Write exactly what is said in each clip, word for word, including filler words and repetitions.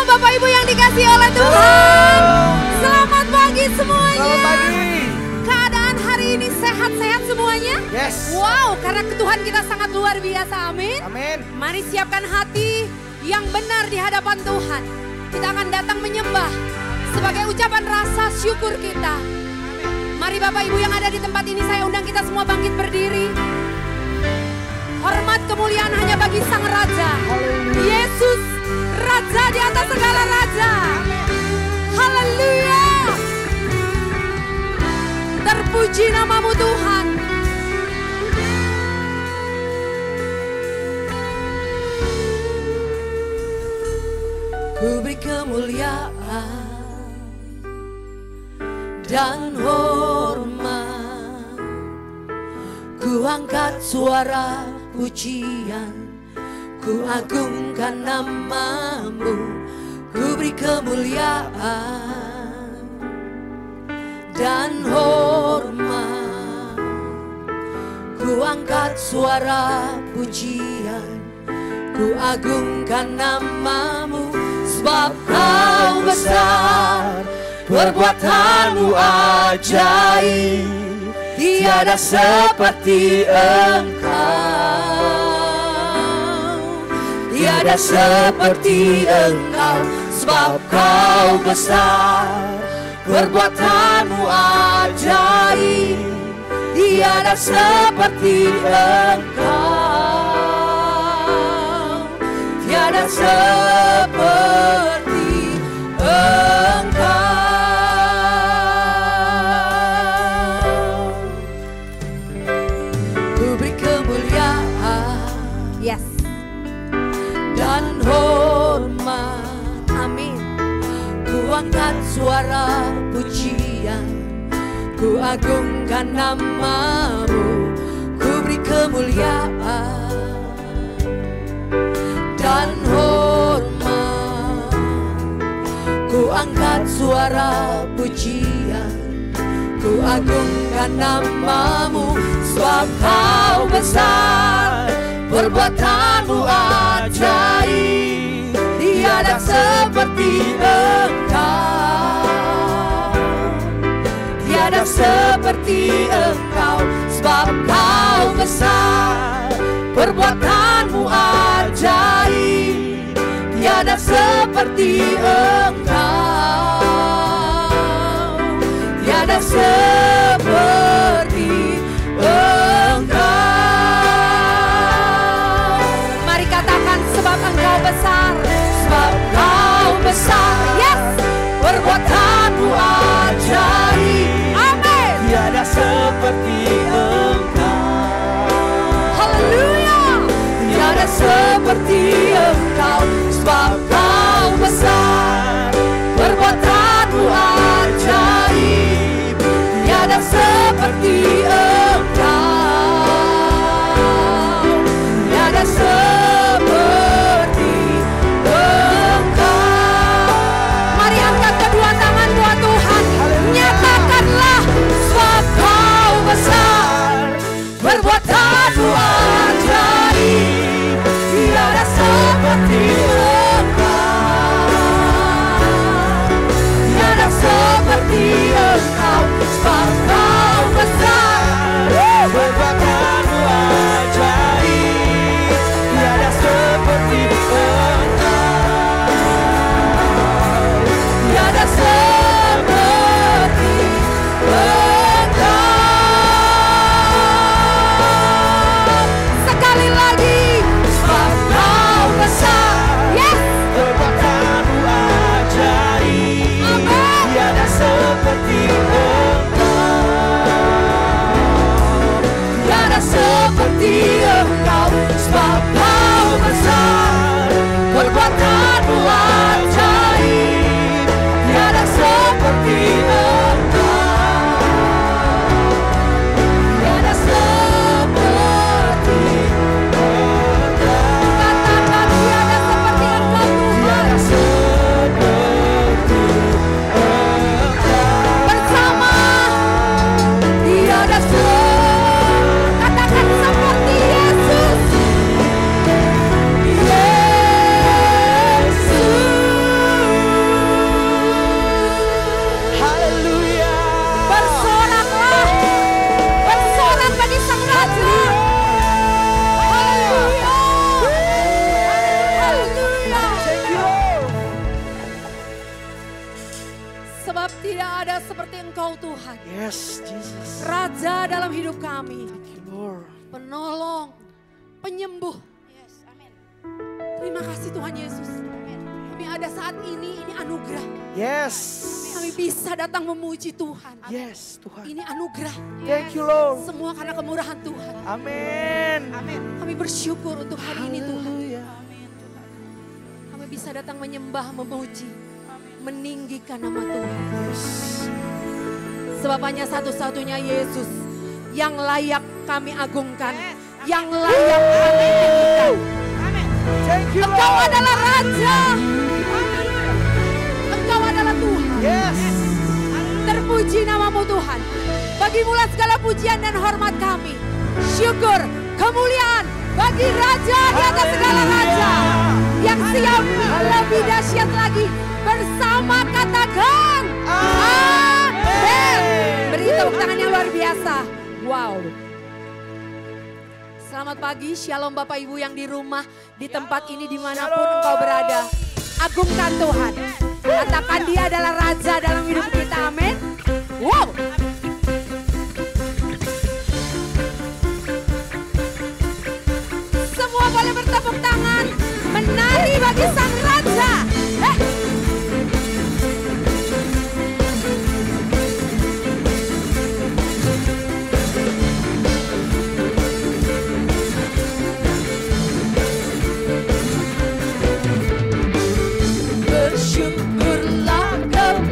Bapak Ibu yang dikasihi oleh Tuhan. Selamat pagi semuanya. Selamat pagi. Keadaan hari ini sehat-sehat semuanya? Yes. Wow, karena Tuhan kita sangat luar biasa. Amin. Amin. Mari siapkan hati yang benar di hadapan Tuhan. Kita akan datang menyembah sebagai ucapan rasa syukur kita. Mari Bapak Ibu yang ada di tempat ini, saya undang kita semua bangkit berdiri. Hormat kemuliaan hanya bagi Sang Raja. Yesus, Raja di atas segala raja. Haleluya. Terpuji namamu Tuhan. Ku beri kemuliaan dan hormat, ku angkat suara pujian, ku agungkan namamu, ku beri kemuliaan dan hormat, ku angkat suara pujian, ku agungkan namamu, sebab kau besar, perbuatanmu ajaib. Tiada seperti Engkau, tiada seperti Engkau, sebab Kau besar, perbuatanmu ajaib. Tiada seperti Engkau, tiada seperti Engkau. Dan hormat, amin. Ku angkat suara pujian, ku agungkan namamu, ku beri kemuliaan dan hormat, ku angkat suara pujian, ku agungkan namamu, sebab Kau besar, perbuatanmu ajaib. Tiada seperti Engkau, tiada seperti Engkau, sebab Kau besar, perbuatanmu ajaib. Tiada seperti Engkau, tiada seperti Engkau. Sebab Engkau besar, sebab Kau besar, yes, perbuatanmu ajaib. Amin. Tiada seperti Engkau, haleluya. tiada seperti Engkau, sebab Kau besar, perbuatanmu ajaib. Tiada seperti Engkau, tiada seperti perbuatanmu ajaib. Tiada seperti Sebab tidak ada seperti Engkau Tuhan. Yes, Jesus. Raja dalam hidup kami. Thank you, Lord. Penolong, penyembuh. Terima kasih Tuhan Yesus. Kami ada saat ini, ini anugerah. Yes. Kami bisa datang memuji Tuhan. Yes, Tuhan. Ini anugerah. Thank you, Lord. Semua karena kemurahan Tuhan. Amin. Kami bersyukur untuk hari ini Tuhan. Haleluya. Kami bisa datang menyembah, memuji, meninggikan nama Tuhan. Sebab hanya satu-satunya Yesus yang layak kami agungkan, yang layak kami tinggikan. Thank you, Engkau Lord. adalah Raja. Engkau adalah Tuhan. Yes. Terpuji namamu Tuhan. Bagimulah segala pujian dan hormat kami. Syukur, kemuliaan bagi Raja di atas segala raja. Yang siap lebih dahsyat lagi. Bersama katakan Amin. Beri tepuk tangan yang luar biasa. Wow. Selamat pagi, shalom Bapak Ibu yang di rumah, di tempat ini dimanapun engkau berada. Agungkan Tuhan. Katakan dia adalah Raja dalam hidup kita, amin. Wow. Semua boleh bertepuk tangan, menari bagi Sang Raja. Eh. Bersyukurlah kepada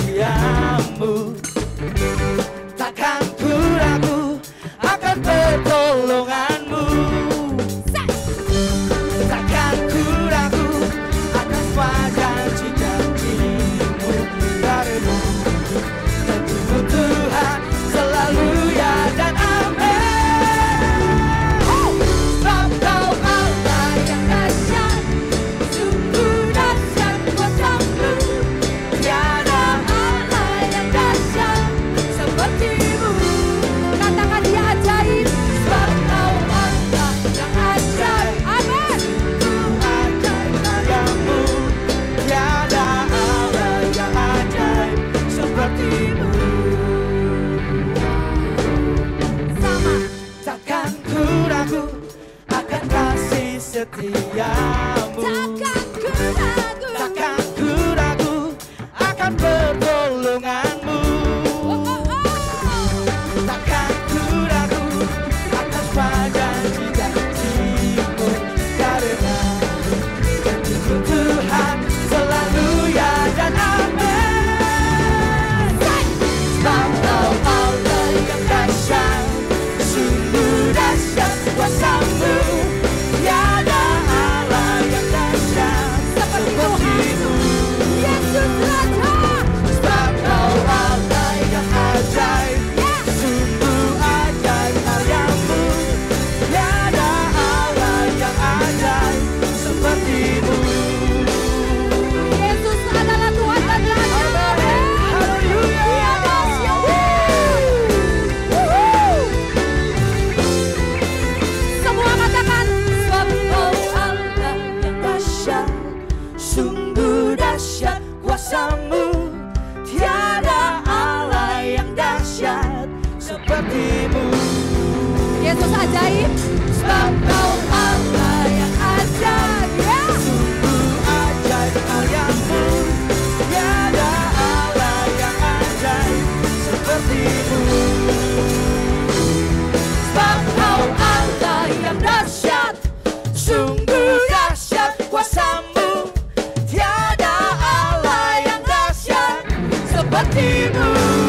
setiamu. Takkan ku ragu akan pertolonganmu. Takkan ku ragu akan semua janji-janjimu. Karena janjimu Tuhan selalu ya dan amin. Sebab Kau Allah yang dahsyat, sungguh dahsyat kuasa-Mu. Tiada Allah yang dahsyat seperti-Mu. Katakan Dia ajaib. Sebab Kau Allah yang ajaib. Amin. Ajaib karyamu, tiada Allah yang ajaib sepertimu. Sama. Takkan ku ragu akan kasih setiamu. Takkan ku ragu. Takkan ku ragu akan pertolonganmu. Oh, oh, oh. Takkan ku ragu akan semua janji-janjimu. Karena janjimu Tuhan selalu ya dan amin. Sebab Kau Allah yang dahsyat, sungguh dahsyat kuasa-Mu. Tiada Allah yang dahsyat seperti-Mu. Yesus Raja. Sebab Kau Allah yang ajaib, sungguh ajaib karyamu. Tiada Allah yang ajaib seperti-Mu. Yesus adalah Tuhan dan Raja. Haleluya. Dia dahsyat. Semua katakan. Sebab Kau Allah yang dahsyat, Sungguh dahsyat kuasa-Mu. Tiada Allah yang dahsyat seperti-Mu. Yesus ajaib. sebab Kau Allah yang ajaib. Sungguh ajaib karyamu. Tiada Allah yang ajaib seperti-Mu. Sebab Kau Allah yang dahsyat, Sungguh dahsyat kuasa-Mu. Tiada Allah yang dahsyat seperti-Mu.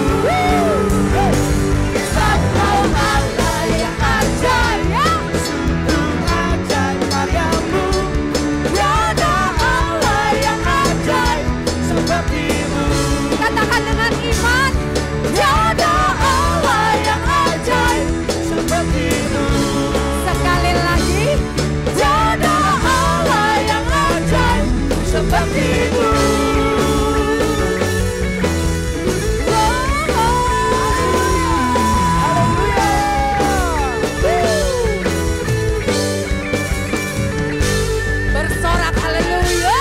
sebab Kau Allah yang ajaib. Sungguh ajaib karyamu. Tiada Allah yang ajaib seperti-Mu. Katakan dengan iman. Tiada Allah yang ajaib seperti-Mu. Sekali lagi. Tiada Allah yang ajaib seperti-Mu. Bersorak haleluya.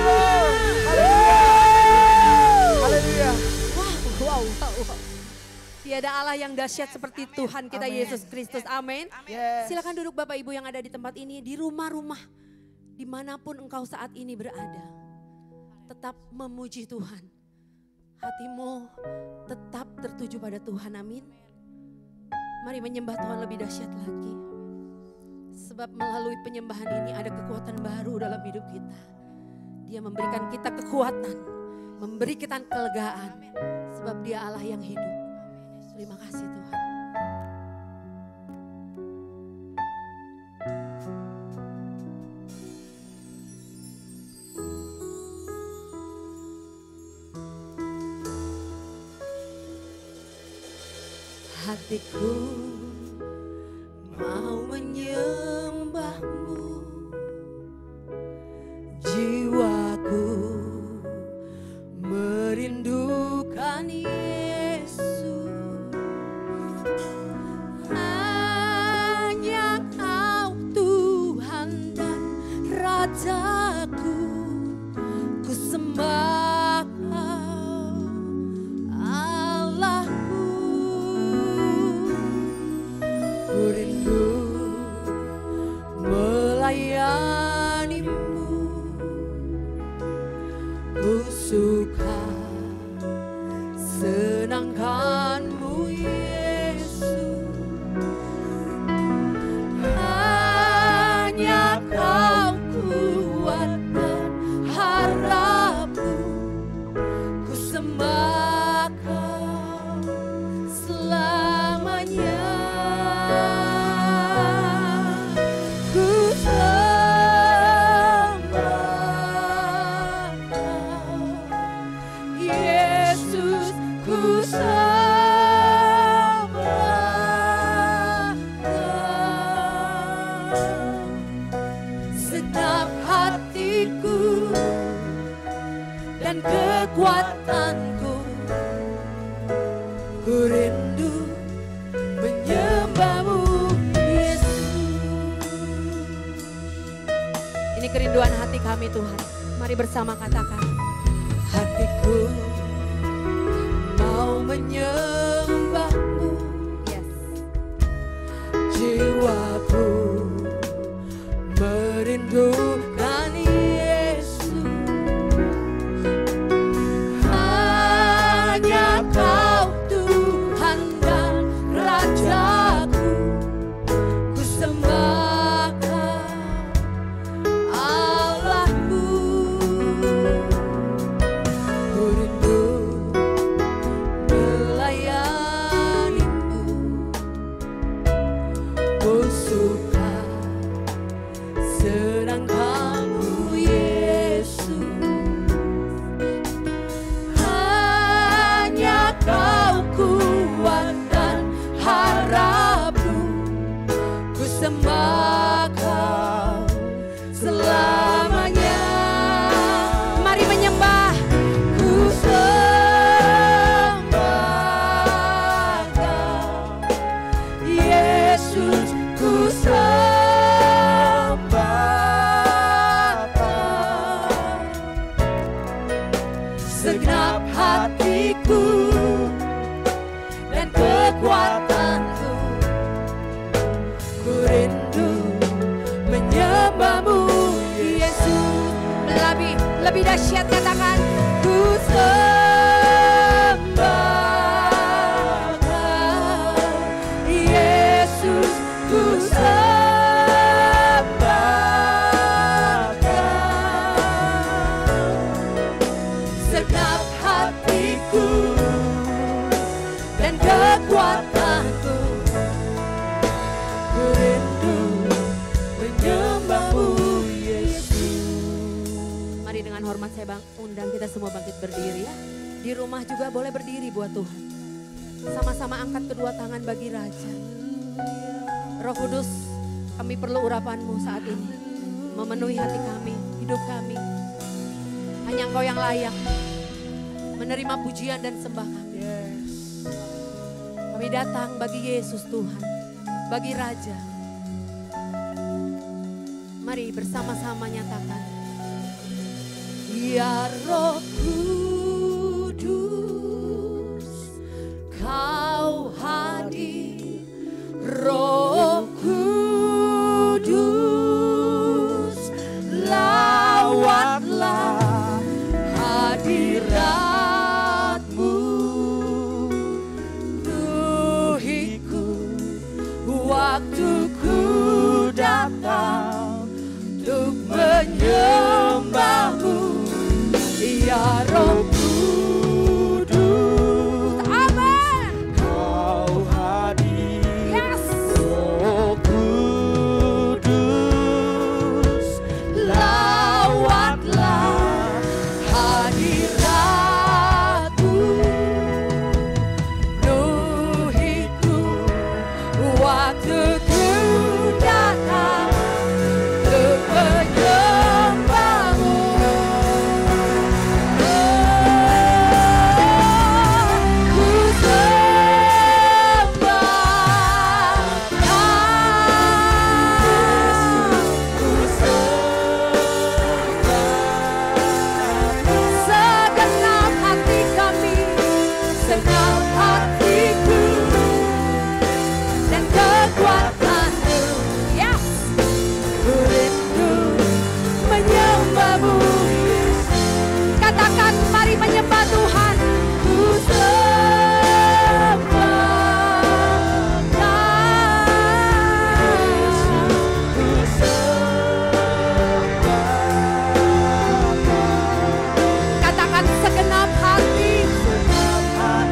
Haleluya. Wow, wow, wow, wow. Tiada Allah yang dahsyat seperti Tuhan kita Amin. Yesus Kristus. Amin. Yes. Silakan duduk Bapak Ibu yang ada di tempat ini, di rumah-rumah, dimanapun engkau saat ini berada. Tetap memuji Tuhan. Hatimu tetap tertuju pada Tuhan. Amin. Mari menyembah Tuhan lebih dahsyat lagi. Sebab melalui penyembahan ini ada kekuatan baru dalam hidup kita. Dia memberikan kita kekuatan, memberi kita kelegaan. Sebab Dia Allah yang hidup. Terima kasih Tuhan. Hatiku mau menyembahmu, jiwaku merindukan Yesus. Hanya Kau Tuhan dan Rajaku, ku sembah Kau Allahku. Ku rindu melayanimu, ku suka senangkanmu Yesus. Hanya Kau kuat dan harapku, ku sembah Kau selamanya. Ku sembah Kau, Yesus, ku sembah Kau. Segenap hatiku dan kekuatanku, ku rindu menyembah-Mu, Yesus. Ini kerinduan hati kami, Tuhan. Mari bersama katakan. Hatiku mau menyembah-Mu, yes. Jiwaku merindukan Yesus. Hanya Kau Tuhan dan Rajaku, ku sembah Kau, Allahku. Ku rindu melayani-Mu, ku suka senang Kamu, Yesus. Hanya Kau kuat dan harapku, ku sembah Kau selamanya. Mari menyembah. Ku sembah Kau, Yesus, ku sembah Kau. Segenap hatiku dan kekuatanku, ku rindu menyembah-Mu, Yesus. Lebih, lebih dahsyat katakan. Ku sembah Kau, Yesus, ku sembah Kau. Segenap hatiku dan kekuatanku, ku rindu menyembah-Mu, Yesus. Mari dengan hormat saya bang, undang kita semua bangkit berdiri ya. Di rumah juga boleh berdiri buat Tuhan. Sama-sama angkat kedua tangan bagi Raja. Roh Kudus, kami perlu urapan-Mu saat ini. Memenuhi hati kami, hidup kami. Hanya Engkau yang layak menerima pujian dan sembah kami. Kami datang bagi Yesus Tuhan, bagi Raja. Mari bersama-sama nyatakan. Ya Roh Kudus, Kau hadir. Roh Kudus, lawatlah hadirat-Mu. Tuhiku waktuku datang untuk menyembah-Mu. Ya Roh Kudus, amin. Kau hadir. Yes. Roh Kudus, lawatlah hadirat-Mu. Nuhiku waktuku datang untuk menyembah-Mu. Menyembah Tuhan, ku sembah Kau, ku sembah Kau. Katakan segenap hati, segenap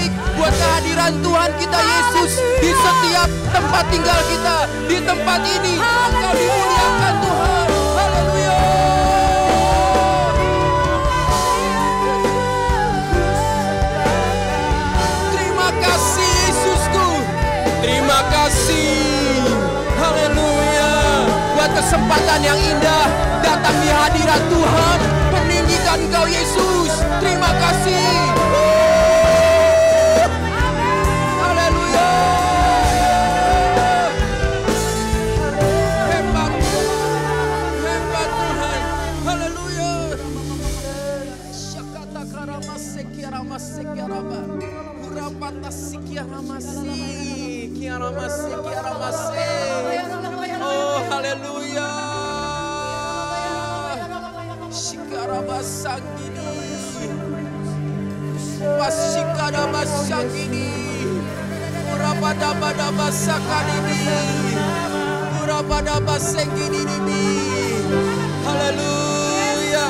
baik buat kehadiran Tuhan kita Yesus di setiap tempat tinggal kita. Di tempat ini Engkau dimuliakan Tuhan. Haleluya. Terima kasih Yesusku. Terima kasih. Haleluya. Buat kesempatan yang indah datang di hadirat Tuhan, meninggikan Engkau Yesus. Terima kasih. Haleluya. Hebat. Hebat Tuhan. Haleluya. Syakata karama sekiarama sekiarama. Urapata sekiarama sekiarama sekiarama se. Oh haleluya. Shikaraba sangini. Pasikada basakini. Urabada bada basakani. Urabada basengini ini. Haleluya.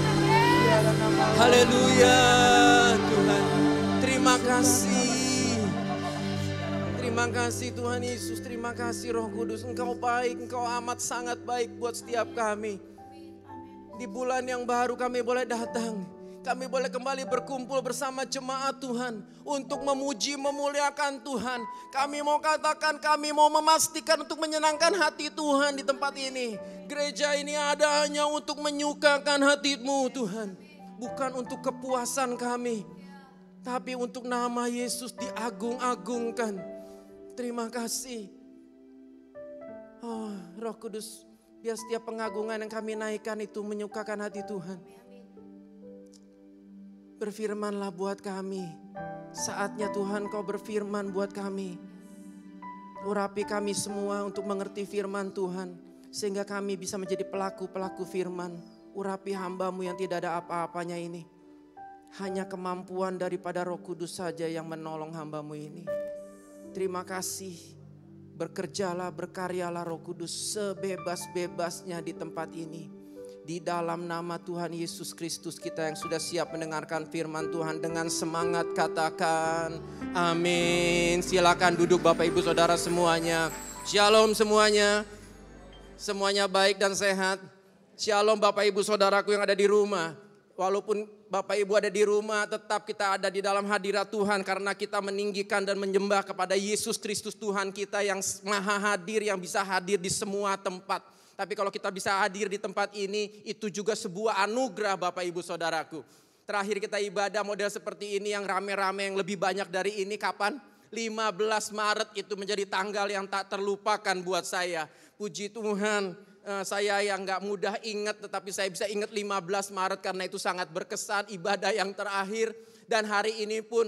Haleluya Tuhan. Terima kasih. Terima kasih Tuhan Yesus, terima kasih Roh Kudus. Engkau baik, Engkau amat sangat baik buat setiap kami. Di bulan yang baru kami boleh datang. Kami boleh kembali berkumpul bersama jemaat Tuhan. Untuk memuji, memuliakan Tuhan. Kami mau katakan, kami mau memastikan untuk menyenangkan hati Tuhan di tempat ini. Gereja ini ada hanya untuk menyukakan hati-Mu Tuhan. Bukan untuk kepuasan kami. Tapi untuk nama Yesus diagung-agungkan. Terima kasih. Oh, Roh Kudus, biar setiap pengagungan yang kami naikkan itu menyukakan hati Tuhan. Berfirmanlah buat kami. Saatnya Tuhan Kau berfirman buat kami. Urapi kami semua untuk mengerti firman Tuhan. Sehingga kami bisa menjadi pelaku-pelaku firman. Urapi hamba-Mu yang tidak ada apa-apanya ini. Hanya kemampuan daripada Roh Kudus saja yang menolong hamba-Mu ini. Terima kasih, bekerjalah, berkaryalah Roh Kudus sebebas-bebasnya di tempat ini. Di dalam nama Tuhan Yesus Kristus kita yang sudah siap mendengarkan firman Tuhan dengan semangat katakan amin. Silakan duduk Bapak Ibu Saudara semuanya. Shalom semuanya. Semuanya baik dan sehat. Shalom Bapak Ibu Saudaraku yang ada di rumah. Walaupun Bapak Ibu ada di rumah, tetap kita ada di dalam hadirat Tuhan karena kita meninggikan dan menyembah kepada Yesus Kristus Tuhan kita yang maha hadir, yang bisa hadir di semua tempat. Tapi kalau kita bisa hadir di tempat ini, itu juga sebuah anugerah Bapak Ibu Saudaraku. Terakhir kita ibadah model seperti ini yang rame-rame, yang lebih banyak dari ini kapan? lima belas Maret itu menjadi tanggal yang tak terlupakan buat saya. Puji Tuhan. Saya yang gak mudah ingat, tetapi saya bisa ingat lima belas Maret karena itu sangat berkesan, ibadah yang terakhir. Dan hari ini pun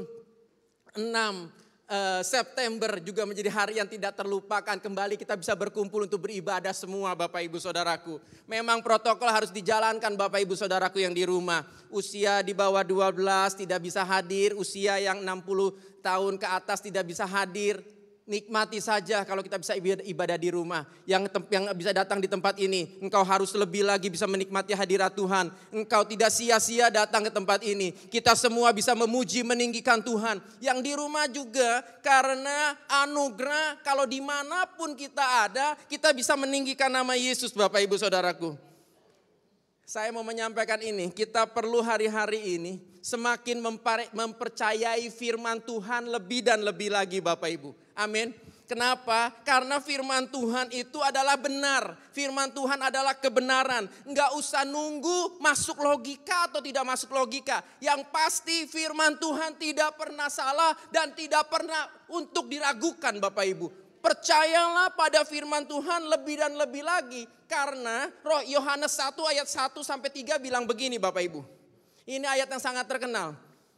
enam September juga menjadi hari yang tidak terlupakan. Kembali kita bisa berkumpul untuk beribadah semua Bapak Ibu Saudaraku. Memang protokol harus dijalankan Bapak Ibu Saudaraku yang di rumah. Usia di bawah dua belas tidak bisa hadir, usia yang enam puluh tahun ke atas tidak bisa hadir. Nikmati saja kalau kita bisa ibadah di rumah. Yang yang bisa datang di tempat ini, engkau harus lebih lagi bisa menikmati hadirat Tuhan. Engkau tidak sia-sia datang ke tempat ini. Kita semua bisa memuji, meninggikan Tuhan. Yang di rumah juga karena anugerah, kalau dimanapun kita ada, kita bisa meninggikan nama Yesus Bapak Ibu Saudaraku. Saya mau menyampaikan ini, kita perlu hari-hari ini semakin mempercayai firman Tuhan lebih dan lebih lagi Bapak Ibu. Amin. Kenapa? Karena firman Tuhan itu adalah benar. Firman Tuhan adalah kebenaran. Enggak usah nunggu masuk logika atau tidak masuk logika. Yang pasti firman Tuhan tidak pernah salah dan tidak pernah untuk diragukan Bapak Ibu. Percayalah pada firman Tuhan lebih dan lebih lagi. Karena Roh Yohanes satu ayat satu sampai tiga bilang begini Bapak Ibu. Ini ayat yang sangat terkenal.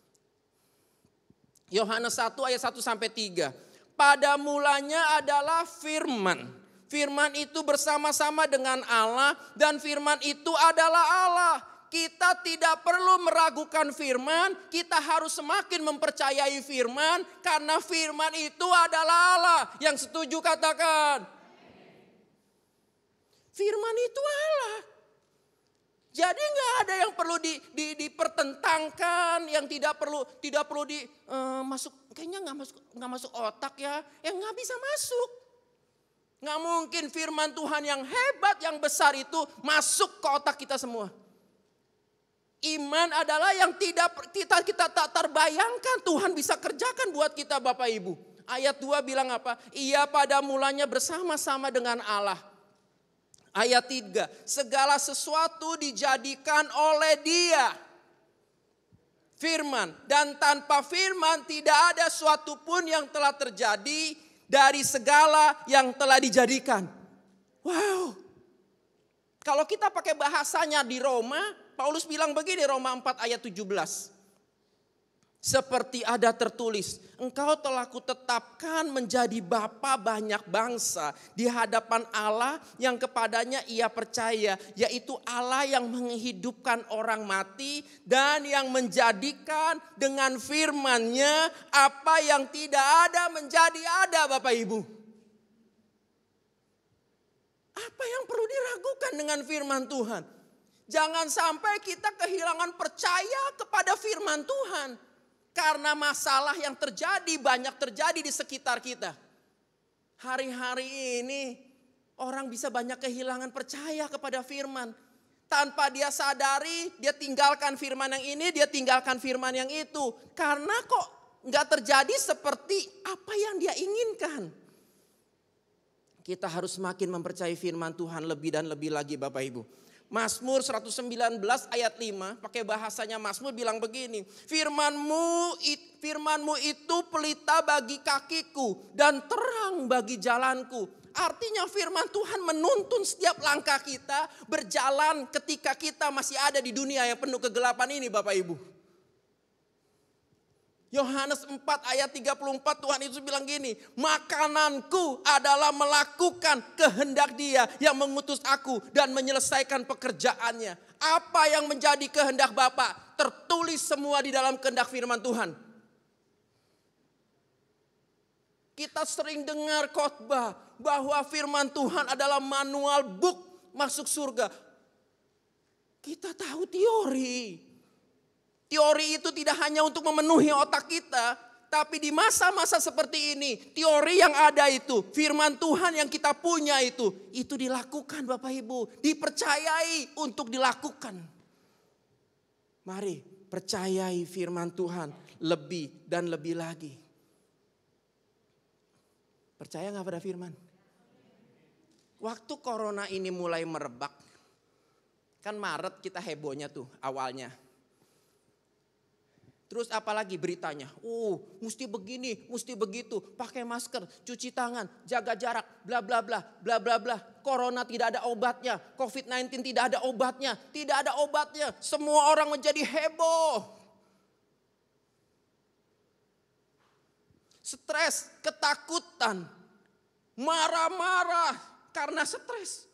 Yohanes satu ayat satu sampai tiga. Pada mulanya adalah firman. Firman itu bersama-sama dengan Allah dan firman itu adalah Allah. Kita tidak perlu meragukan firman, kita harus semakin mempercayai firman karena firman itu adalah Allah. Yang setuju katakan. Firman itu Allah. Jadi nggak ada yang perlu di, di, dipertentangkan, yang tidak perlu tidak perlu di uh, masuk, kayaknya nggak masuk nggak masuk otak ya, yang nggak bisa masuk. Nggak mungkin firman Tuhan yang hebat, yang besar itu masuk ke otak kita semua. Iman adalah yang tidak kita kita tak terbayangkan Tuhan bisa kerjakan buat kita Bapak Ibu. Ayat dua bilang apa? Ia pada mulanya bersama-sama dengan Allah. Ayat tiga, segala sesuatu dijadikan oleh Dia. Firman, dan tanpa firman tidak ada suatu pun yang telah terjadi dari segala yang telah dijadikan. Wow. Kalau kita pakai bahasanya di Roma, Paulus bilang begini, Roma empat ayat tujuh belas. Seperti ada tertulis, engkau telah kutetapkan menjadi bapa banyak bangsa di hadapan Allah yang kepadanya ia percaya, yaitu Allah yang menghidupkan orang mati dan yang menjadikan dengan firman-Nya apa yang tidak ada menjadi ada, Bapak Ibu. Apa yang perlu diragukan dengan firman Tuhan? Jangan sampai kita kehilangan percaya kepada firman Tuhan. Karena masalah yang terjadi banyak terjadi di sekitar kita. Hari-hari ini orang bisa banyak kehilangan percaya kepada firman. Tanpa dia sadari dia tinggalkan firman yang ini, dia tinggalkan firman yang itu. Karena kok nggak terjadi seperti apa yang dia inginkan. Kita harus semakin mempercayai firman Tuhan lebih dan lebih lagi Bapak Ibu. Mazmur seratus sembilan belas ayat lima, pakai bahasanya Mazmur bilang begini. Firmanmu, firmanmu itu pelita bagi kakiku dan terang bagi jalanku. Artinya firman Tuhan menuntun setiap langkah kita berjalan ketika kita masih ada di dunia yang penuh kegelapan ini Bapak Ibu. Yohanes empat ayat tiga puluh empat Tuhan Yesus bilang gini, makananku adalah melakukan kehendak Dia yang mengutus aku dan menyelesaikan pekerjaannya. Apa yang menjadi kehendak Bapa tertulis semua di dalam kehendak firman Tuhan. Kita sering dengar khotbah bahwa firman Tuhan adalah manual book masuk surga. Kita tahu teori. Teori itu tidak hanya untuk memenuhi otak kita, tapi di masa-masa seperti ini, teori yang ada itu, firman Tuhan yang kita punya itu, itu dilakukan Bapak Ibu, dipercayai untuk dilakukan. Mari percayai firman Tuhan lebih dan lebih lagi. Percaya gak pada firman? Waktu corona ini mulai merebak, kan Maret kita hebohnya tuh awalnya. Terus apalagi beritanya, uh, mesti begini, mesti begitu, pakai masker, cuci tangan, jaga jarak, bla bla bla, bla bla bla. Corona tidak ada obatnya, covid sembilan belas tidak ada obatnya, tidak ada obatnya. Semua orang menjadi heboh. Stres, ketakutan, marah-marah karena stres.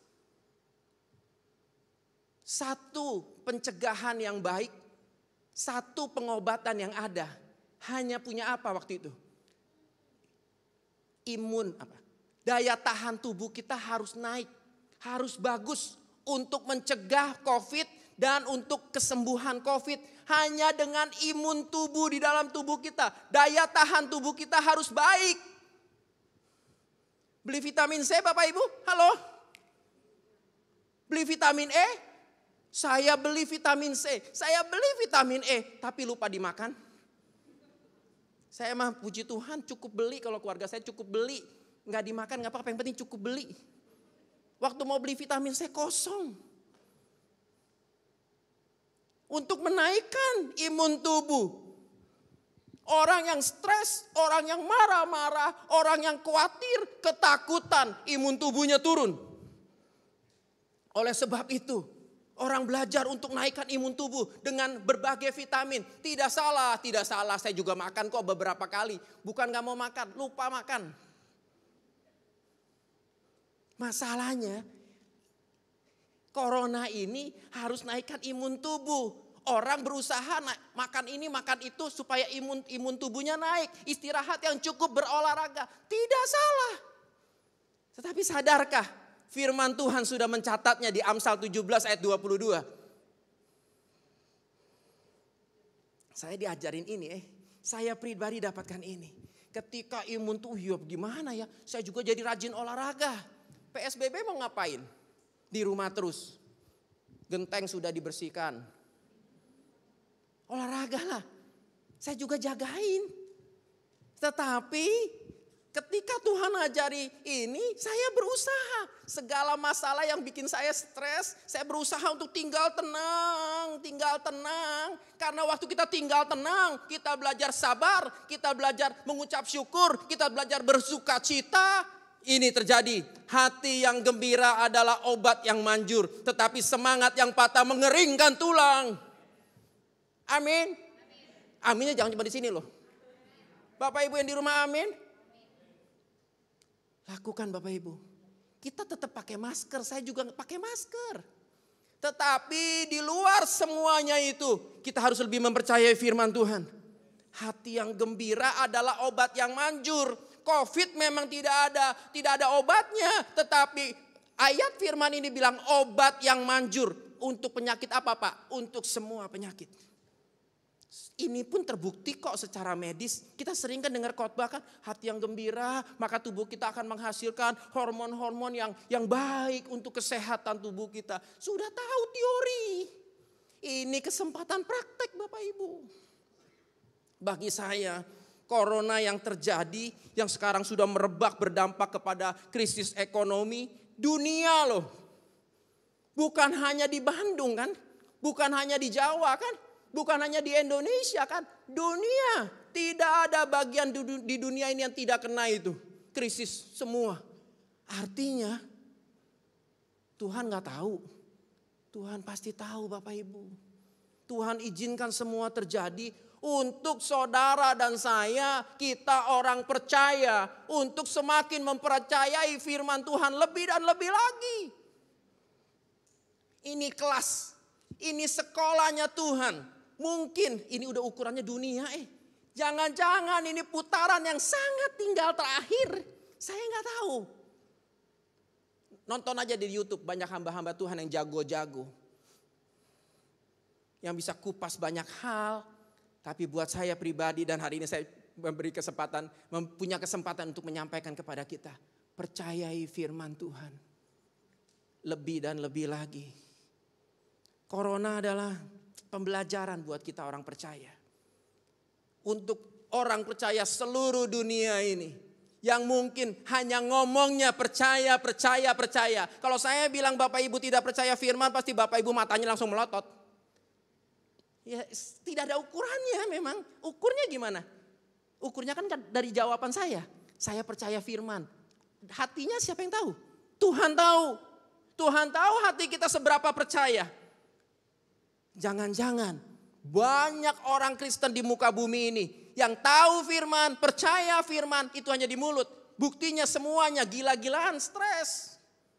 Satu pencegahan yang baik, satu pengobatan yang ada, hanya punya apa waktu itu? Imun apa? Daya tahan tubuh kita harus naik, harus bagus untuk mencegah COVID dan untuk kesembuhan COVID. Hanya dengan imun tubuh di dalam tubuh kita, daya tahan tubuh kita harus baik. Beli vitamin C Bapak Ibu, halo? Beli vitamin E? Saya beli vitamin C, saya beli vitamin E, tapi lupa dimakan. Saya mah puji Tuhan cukup beli, kalau keluarga saya cukup beli. Nggak dimakan nggak apa-apa, yang penting cukup beli. Waktu mau beli vitamin C kosong. Untuk menaikkan imun tubuh. Orang yang stres, orang yang marah-marah, orang yang khawatir, ketakutan, imun tubuhnya turun. Oleh sebab itu, orang belajar untuk naikkan imun tubuh dengan berbagai vitamin. Tidak salah, tidak salah. Saya juga makan kok beberapa kali. Bukan gak mau makan, lupa makan. Masalahnya, corona ini harus naikkan imun tubuh. Orang berusaha naik, makan ini, makan itu supaya imun imun tubuhnya naik. Istirahat yang cukup, berolahraga. Tidak salah. Tetapi sadarkah? Firman Tuhan sudah mencatatnya di Amsal tujuh belas ayat dua puluh dua. Saya diajarin ini, eh, saya pribadi dapatkan ini. Ketika imun tuh, ya gimana ya, saya juga jadi rajin olahraga. P S B B mau ngapain? Di rumah terus. Genteng sudah dibersihkan. Olahraga lah. Saya juga jagain. Tetapi ketika Tuhan ajari ini, saya berusaha. Segala masalah yang bikin saya stres, saya berusaha untuk tinggal tenang, tinggal tenang. Karena waktu kita tinggal tenang, kita belajar sabar, kita belajar mengucap syukur, kita belajar bersuka cita. Ini terjadi. Hati yang gembira adalah obat yang manjur, tetapi semangat yang patah mengeringkan tulang. Amin. Aminnya jangan cuma di sini loh. Bapak Ibu yang di rumah amin. Lakukan Bapak Ibu. Kita tetap pakai masker, saya juga pakai masker. Tetapi di luar semuanya itu, kita harus lebih mempercayai firman Tuhan. Hati yang gembira adalah obat yang manjur. Covid memang tidak ada, tidak ada obatnya. Tetapi ayat firman ini bilang obat yang manjur. Untuk penyakit apa Pak? Untuk semua penyakit. Ini pun terbukti kok secara medis. Kita sering kan dengar khotbah kan, hati yang gembira, maka tubuh kita akan menghasilkan hormon-hormon yang yang baik untuk kesehatan tubuh kita. Sudah tahu teori. Ini kesempatan praktek Bapak Ibu. Bagi saya, corona yang terjadi, yang sekarang sudah merebak berdampak kepada krisis ekonomi dunia loh. Bukan hanya di Bandung kan, bukan hanya di Jawa kan. Bukan hanya di Indonesia kan, dunia. Tidak ada bagian di dunia ini yang tidak kena itu. Krisis semua. Artinya Tuhan gak tahu. Tuhan pasti tahu Bapak Ibu. Tuhan izinkan semua terjadi untuk saudara dan saya, kita orang percaya. Untuk semakin mempercayai firman Tuhan lebih dan lebih lagi. Ini kelas, ini sekolahnya Tuhan. Mungkin ini udah ukurannya dunia eh. Jangan-jangan ini putaran yang sangat tinggal terakhir. Saya gak tahu. Nonton aja di YouTube banyak hamba-hamba Tuhan yang jago-jago. Yang bisa kupas banyak hal. Tapi buat saya pribadi dan hari ini saya memberi kesempatan, punya kesempatan untuk menyampaikan kepada kita. Percayai firman Tuhan. Lebih dan lebih lagi. Corona adalah pembelajaran buat kita orang percaya. Untuk orang percaya seluruh dunia ini. Yang mungkin hanya ngomongnya percaya, percaya, percaya. Kalau saya bilang Bapak Ibu tidak percaya firman, pasti Bapak Ibu matanya langsung melotot. Ya tidak ada ukurannya memang. Ukurnya gimana? Ukurnya kan dari jawaban saya. Saya percaya firman. Hatinya siapa yang tahu? Tuhan tahu. Tuhan tahu hati kita seberapa percaya. Jangan-jangan banyak orang Kristen di muka bumi ini yang tahu firman, percaya firman itu hanya di mulut. Buktinya semuanya gila-gilaan, stres.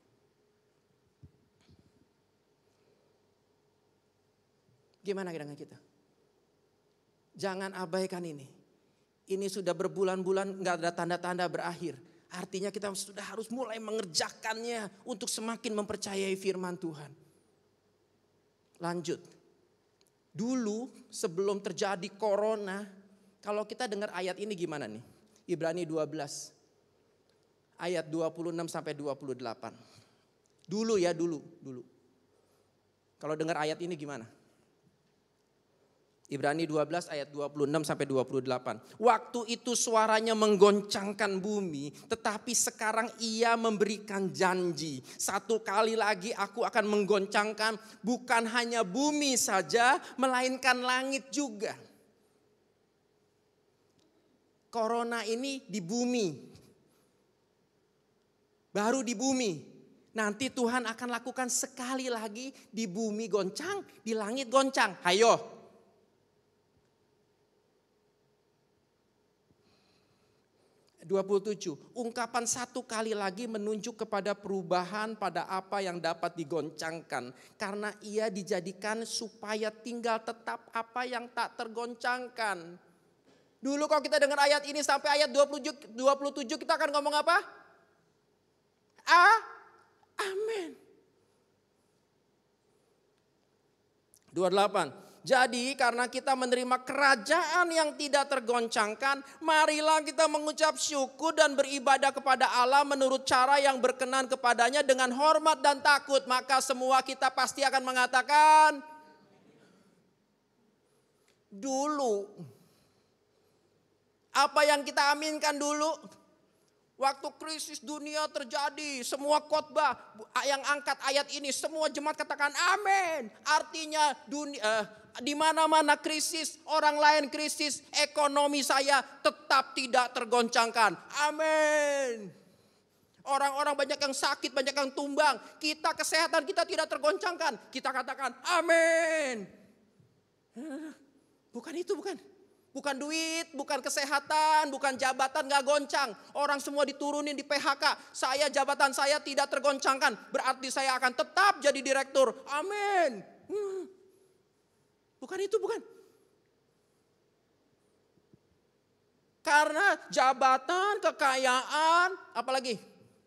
Gimana dengan kita? Jangan abaikan ini. Ini sudah berbulan-bulan gak ada tanda-tanda berakhir. Artinya kita sudah harus mulai mengerjakannya untuk semakin mempercayai firman Tuhan. Lanjut. Dulu sebelum terjadi corona, kalau kita dengar ayat ini gimana nih? Ibrani dua belas ayat dua puluh enam sampai dua puluh delapan. Dulu ya dulu, dulu. Kalau dengar ayat ini gimana? Ibrani dua belas ayat dua puluh enam sampai dua puluh delapan. Waktu itu suaranya menggoncangkan bumi, tetapi sekarang ia memberikan janji. Satu kali lagi aku akan menggoncangkan bukan hanya bumi saja, melainkan langit juga. Corona ini di bumi. Baru di bumi. Nanti Tuhan akan lakukan sekali lagi di bumi goncang, di langit goncang. Hayo. dua puluh tujuh, ungkapan satu kali lagi menunjuk kepada perubahan pada apa yang dapat digoncangkan. Karena ia dijadikan supaya tinggal tetap apa yang tak tergoncangkan. Dulu kalau kita dengar ayat ini sampai ayat dua puluh tujuh kita akan ngomong apa? A, amin. dua puluh delapan, Jadi karena kita menerima kerajaan yang tidak tergoncangkan, marilah kita mengucap syukur dan beribadah kepada Allah menurut cara yang berkenan kepadanya dengan hormat dan takut. Maka semua kita pasti akan mengatakan, dulu. Apa yang kita aminkan dulu? Waktu krisis dunia terjadi, semua khotbah yang angkat ayat ini, semua jemaat katakan amin. Artinya dunia, eh, di mana-mana krisis, orang lain krisis, ekonomi saya tetap tidak tergoncangkan. Amin. Orang-orang banyak yang sakit, banyak yang tumbang. Kita kesehatan kita tidak tergoncangkan. Kita katakan amin. Bukan itu, bukan. Bukan duit, bukan kesehatan, bukan jabatan gak goncang. Orang semua diturunin di P H K. Saya, jabatan saya tidak tergoncangkan. Berarti saya akan tetap jadi direktur. Amin. Hmm. Bukan itu, bukan. Karena jabatan, kekayaan, apalagi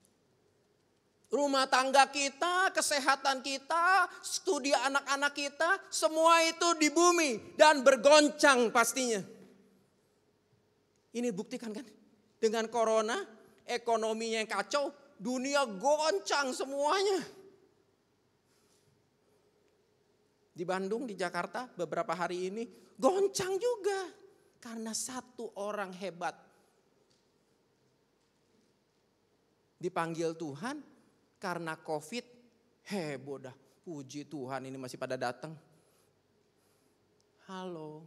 rumah tangga kita, kesehatan kita, studi anak-anak kita, semua itu di bumi dan bergoncang pastinya. Ini buktikan kan, dengan corona, ekonominya yang kacau, dunia goncang semuanya. Di Bandung, di Jakarta beberapa hari ini goncang juga. Karena satu orang hebat dipanggil Tuhan karena COVID, heboh dah. Puji Tuhan ini masih pada datang. Halo,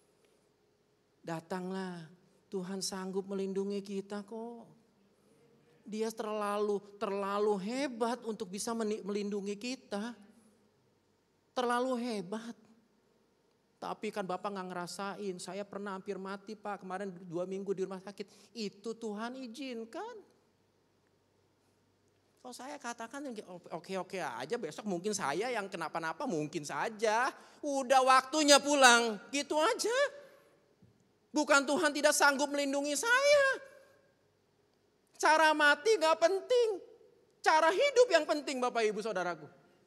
datanglah. Tuhan sanggup melindungi kita kok. Dia terlalu terlalu hebat untuk bisa melindungi kita. Terlalu hebat. Tapi kan Bapak gak ngerasain. Saya pernah hampir mati Pak. Kemarin dua minggu di rumah sakit. Itu Tuhan izinkan. Kalau saya katakan oke-oke aja, besok mungkin saya yang kenapa-napa mungkin saja. Udah waktunya pulang. Gitu aja. Bukan Tuhan tidak sanggup melindungi saya. Cara mati gak penting. Cara hidup yang penting Bapak Ibu Saudaraku.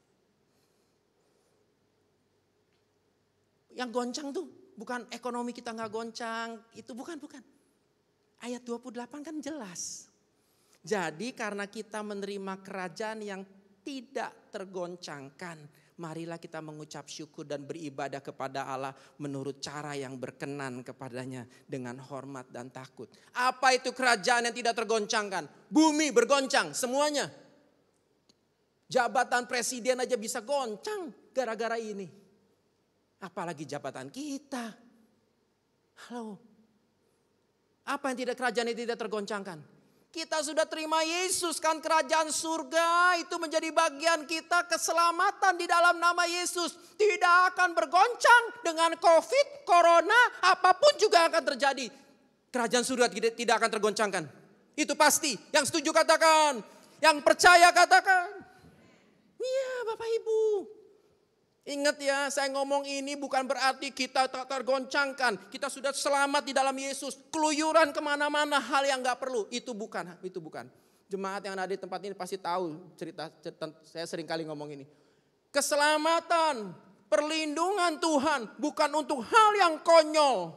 Yang goncang tuh bukan ekonomi kita gak goncang. Itu bukan, bukan. Ayat dua puluh delapan kan jelas. Jadi karena kita menerima kerajaan yang tidak tergoncangkan, marilah kita mengucap syukur dan beribadah kepada Allah menurut cara yang berkenan kepadanya dengan hormat dan takut. Apa itu kerajaan yang tidak tergoncangkan? Bumi bergoncang semuanya. Jabatan presiden aja bisa goncang gara-gara ini. Apalagi jabatan kita. Halo. Apa yang tidak kerajaan yang tidak tergoncangkan? Kita sudah terima Yesus kan, kerajaan surga itu menjadi bagian kita, keselamatan di dalam nama Yesus. Tidak akan bergoncang dengan COVID, corona, apapun juga akan terjadi. Kerajaan surga tidak akan tergoncangkan. Itu pasti. Yang setuju katakan, yang percaya katakan. Iya Bapak Ibu. Ingat ya, saya ngomong ini bukan berarti kita tak tergoncangkan. Kita sudah selamat di dalam Yesus. Keluyuran kemana-mana hal yang gak perlu. Itu bukan, itu bukan. Jemaat yang ada di tempat ini pasti tahu cerita, cerita saya sering kali ngomong ini. Keselamatan, perlindungan Tuhan bukan untuk hal yang konyol.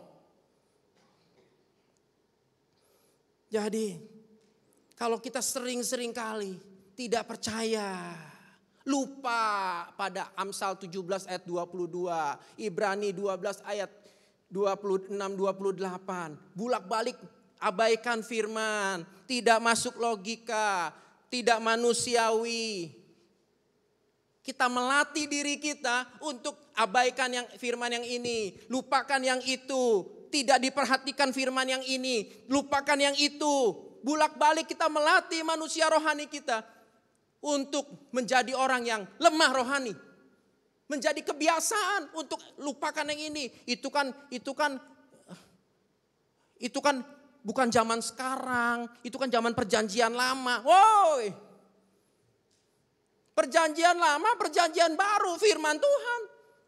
Jadi, kalau kita sering-sering kali tidak percaya, lupa pada Amsal tujuh belas ayat dua puluh dua, Ibrani dua belas ayat dua puluh enam dua puluh delapan. Bulak-balik abaikan firman, tidak masuk logika, tidak manusiawi. Kita melatih diri kita untuk abaikan yang firman yang ini, lupakan yang itu, tidak diperhatikan firman yang ini, lupakan yang itu. Bulak-balik kita melatih manusia rohani kita untuk menjadi orang yang lemah rohani. Menjadi kebiasaan untuk lupakan yang ini. Itu kan itu kan itu kan bukan zaman sekarang, itu kan zaman perjanjian lama. Woi. Perjanjian lama, perjanjian baru, firman Tuhan.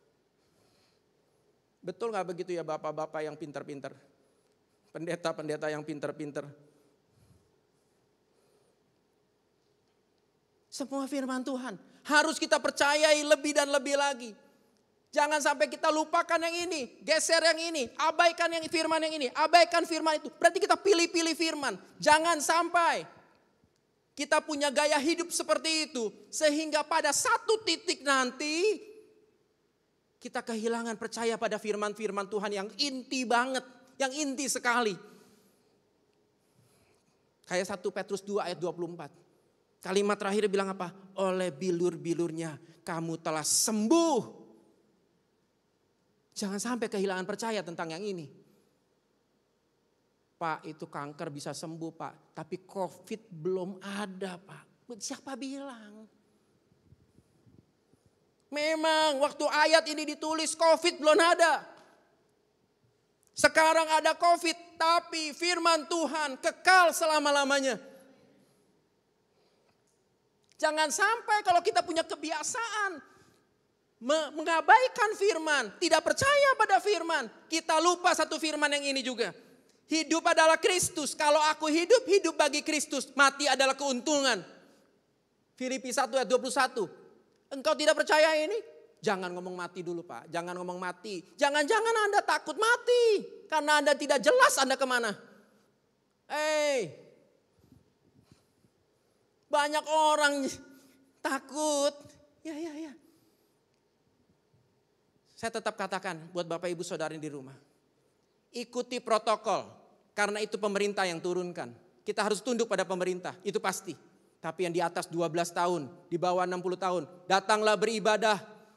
Betul gak begitu ya bapak-bapak yang pintar-pintar? Pendeta-pendeta yang pintar-pintar. Semua firman Tuhan harus kita percayai lebih dan lebih lagi. Jangan sampai kita lupakan yang ini, geser yang ini, abaikan yang firman yang ini, abaikan firman itu. Berarti kita pilih-pilih firman. Jangan sampai kita punya gaya hidup seperti itu. Sehingga pada satu titik nanti kita kehilangan percaya pada firman-firman Tuhan yang inti banget. Yang inti sekali. Kayak satu Petrus dua ayat dua puluh empat. Kalimat terakhir bilang apa? Oleh bilur-bilurnya kamu telah sembuh. Jangan sampai kehilangan percaya tentang yang ini. Pak, itu kanker bisa sembuh Pak. Tapi COVID belum ada Pak. Siapa bilang? Memang waktu ayat ini ditulis COVID belum ada. Sekarang ada COVID, tapi firman Tuhan kekal selama-lamanya. Jangan sampai kalau kita punya kebiasaan mengabaikan firman, tidak percaya pada firman, kita lupa satu firman yang ini juga. Hidup adalah Kristus. Kalau aku hidup, hidup bagi Kristus. Mati adalah keuntungan. Filipi satu ayat dua puluh satu. Engkau tidak percaya ini? Jangan ngomong mati dulu Pak. Jangan ngomong mati. Jangan-jangan Anda takut mati. Karena Anda tidak jelas Anda kemana. Eh, banyak orang takut. Ya, ya, ya. Saya tetap katakan buat Bapak Ibu Saudara di rumah. Ikuti protokol. Karena itu pemerintah yang turunkan. Kita harus tunduk pada pemerintah. Itu pasti. Tapi yang di atas dua belas tahun. Di bawah enam puluh tahun. Datanglah beribadah.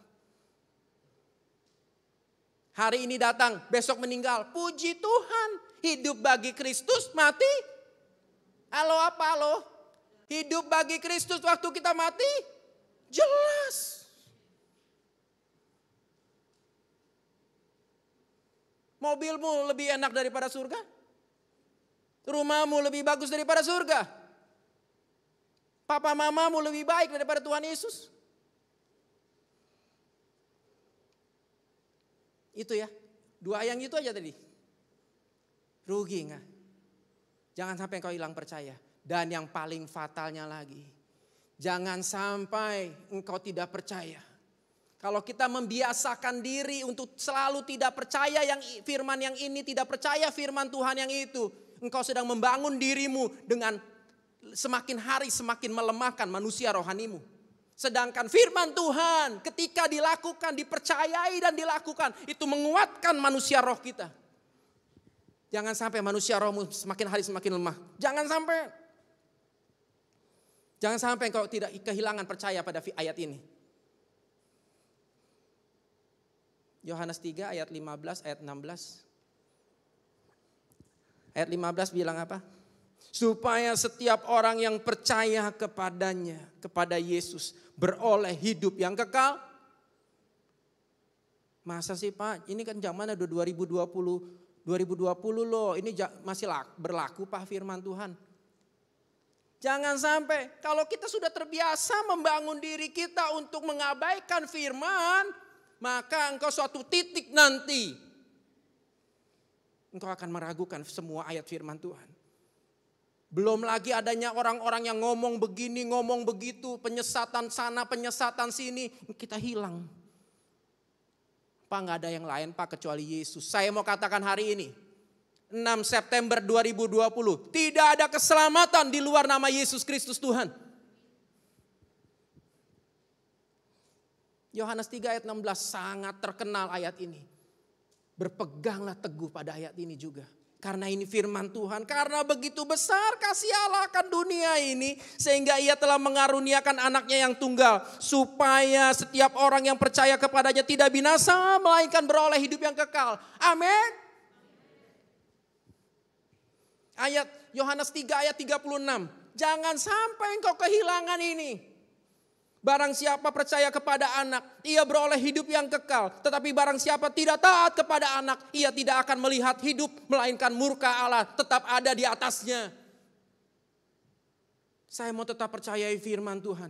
Hari ini datang. Besok meninggal. Puji Tuhan. Hidup bagi Kristus. Mati. Halo apa halo? Hidup bagi Kristus waktu kita mati. Jelas. Mobilmu lebih enak daripada surga? Rumahmu lebih bagus daripada surga? Papa mamamu lebih baik daripada Tuhan Yesus? Itu ya, dua yang itu aja tadi. Rugi enggak? Jangan sampai engkau hilang percaya. Dan yang paling fatalnya lagi, jangan sampai engkau tidak percaya. Kalau kita membiasakan diri untuk selalu tidak percaya yang firman yang ini, tidak percaya firman Tuhan yang itu, engkau sedang membangun dirimu dengan semakin hari semakin melemahkan manusia rohanimu. Sedangkan firman Tuhan ketika dilakukan, dipercayai dan dilakukan, itu menguatkan manusia roh kita. Jangan sampai manusia rohmu semakin hari semakin lemah. Jangan sampai. Jangan sampai engkau tidak kehilangan percaya pada ayat ini. Yohanes tiga ayat lima belas ayat enam belas. Ayat lima belas bilang apa? Supaya setiap orang yang percaya kepadanya, kepada Yesus, beroleh hidup yang kekal. Masa sih Pak, ini kan zaman ada dua ribu dua puluh, dua ribu dua puluh loh, ini masih berlaku Pak firman Tuhan. Jangan sampai kalau kita sudah terbiasa membangun diri kita untuk mengabaikan firman, maka engkau suatu titik nanti engkau akan meragukan semua ayat firman Tuhan. Belum lagi adanya orang-orang yang ngomong begini, ngomong begitu, penyesatan sana, penyesatan sini, kita hilang. Pak, nggak ada yang lain Pak kecuali Yesus. Saya mau katakan hari ini, enam September dua ribu dua puluh, tidak ada keselamatan di luar nama Yesus Kristus Tuhan. Yohanes tiga ayat enam belas sangat terkenal ayat ini. Berpeganglah teguh pada ayat ini juga. Karena ini firman Tuhan. Karena begitu besar kasih Allah akan dunia ini. Sehingga ia telah mengaruniakan anaknya yang tunggal. Supaya setiap orang yang percaya kepadanya tidak binasa. Melainkan beroleh hidup yang kekal. Amin. Ayat Yohanes tiga ayat tiga puluh enam. Jangan sampai engkau kehilangan ini. Barang siapa percaya kepada anak, ia beroleh hidup yang kekal. Tetapi barang siapa tidak taat kepada anak, ia tidak akan melihat hidup, melainkan murka Allah tetap ada di atasnya. Saya mau tetap percayai firman Tuhan.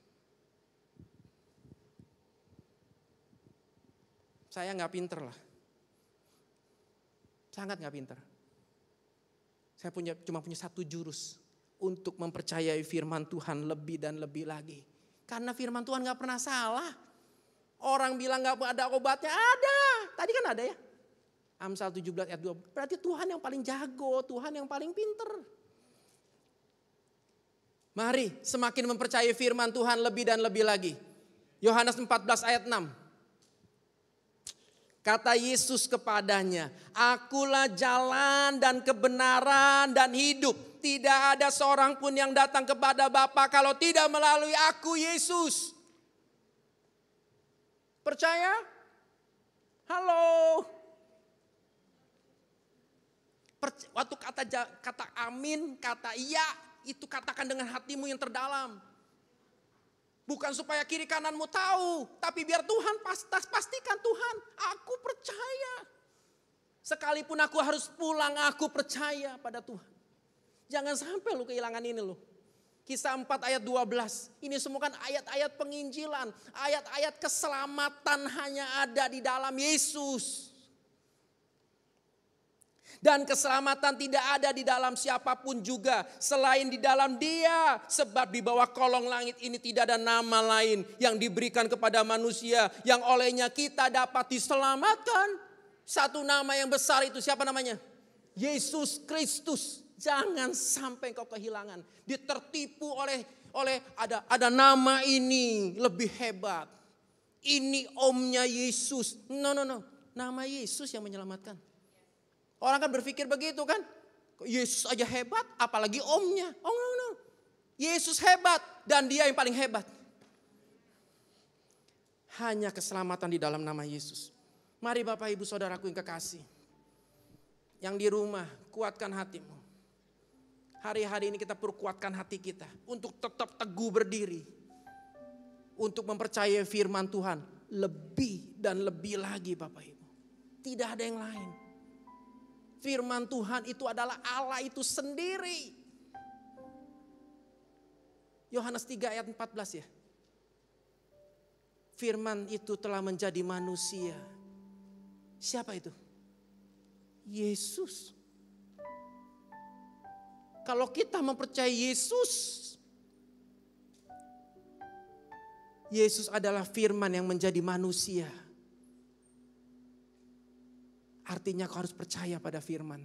Saya gak pinter lah. Sangat gak pinter. Saya punya cuma punya satu jurus untuk mempercayai firman Tuhan lebih dan lebih lagi. Karena firman Tuhan gak pernah salah. Orang bilang gak ada obatnya, ada. Tadi kan ada ya. Amsal tujuh belas ayat dua. Berarti Tuhan yang paling jago, Tuhan yang paling pinter. Mari semakin mempercayai firman Tuhan lebih dan lebih lagi. Yohanes empat belas ayat enam. Kata Yesus kepadanya, akulah jalan dan kebenaran dan hidup. Tidak ada seorang pun yang datang kepada Bapa kalau tidak melalui aku, Yesus. Percaya? Halo. Waktu kata kata amin, kata iya, itu katakan dengan hatimu yang terdalam. Bukan supaya kiri kananmu tahu, tapi biar Tuhan pastikan, Tuhan, aku percaya. Sekalipun aku harus pulang, aku percaya pada Tuhan. Jangan sampai lu kehilangan ini lu. Kisah empat ayat dua belas. Ini semua kan ayat-ayat penginjilan. Ayat-ayat keselamatan hanya ada di dalam Yesus. Dan keselamatan tidak ada di dalam siapapun juga selain di dalam Dia. Sebab di bawah kolong langit ini tidak ada nama lain yang diberikan kepada manusia yang olehnya kita dapat diselamatkan. Satu nama yang besar itu siapa namanya? Yesus Kristus. Jangan sampai kau kehilangan, ditertipu oleh oleh ada ada nama ini lebih hebat. Ini omnya Yesus. No no no, nama Yesus yang menyelamatkan. Orang kan berpikir begitu kan? Yesus aja hebat, apalagi omnya. Oh no no, Yesus hebat dan Dia yang paling hebat. Hanya keselamatan di dalam nama Yesus. Mari Bapak Ibu Saudaraku yang kekasih, yang di rumah kuatkan hatimu. Hari-hari ini kita perlu kuatkan hati kita untuk tetap teguh berdiri. Untuk mempercayai firman Tuhan lebih dan lebih lagi Bapak Ibu. Tidak ada yang lain. Firman Tuhan itu adalah Allah itu sendiri. Yohanes tiga ayat empat belas ya. Firman itu telah menjadi manusia. Siapa itu? Yesus. Kalau kita mempercayai Yesus, Yesus adalah firman yang menjadi manusia. Artinya kau harus percaya pada firman.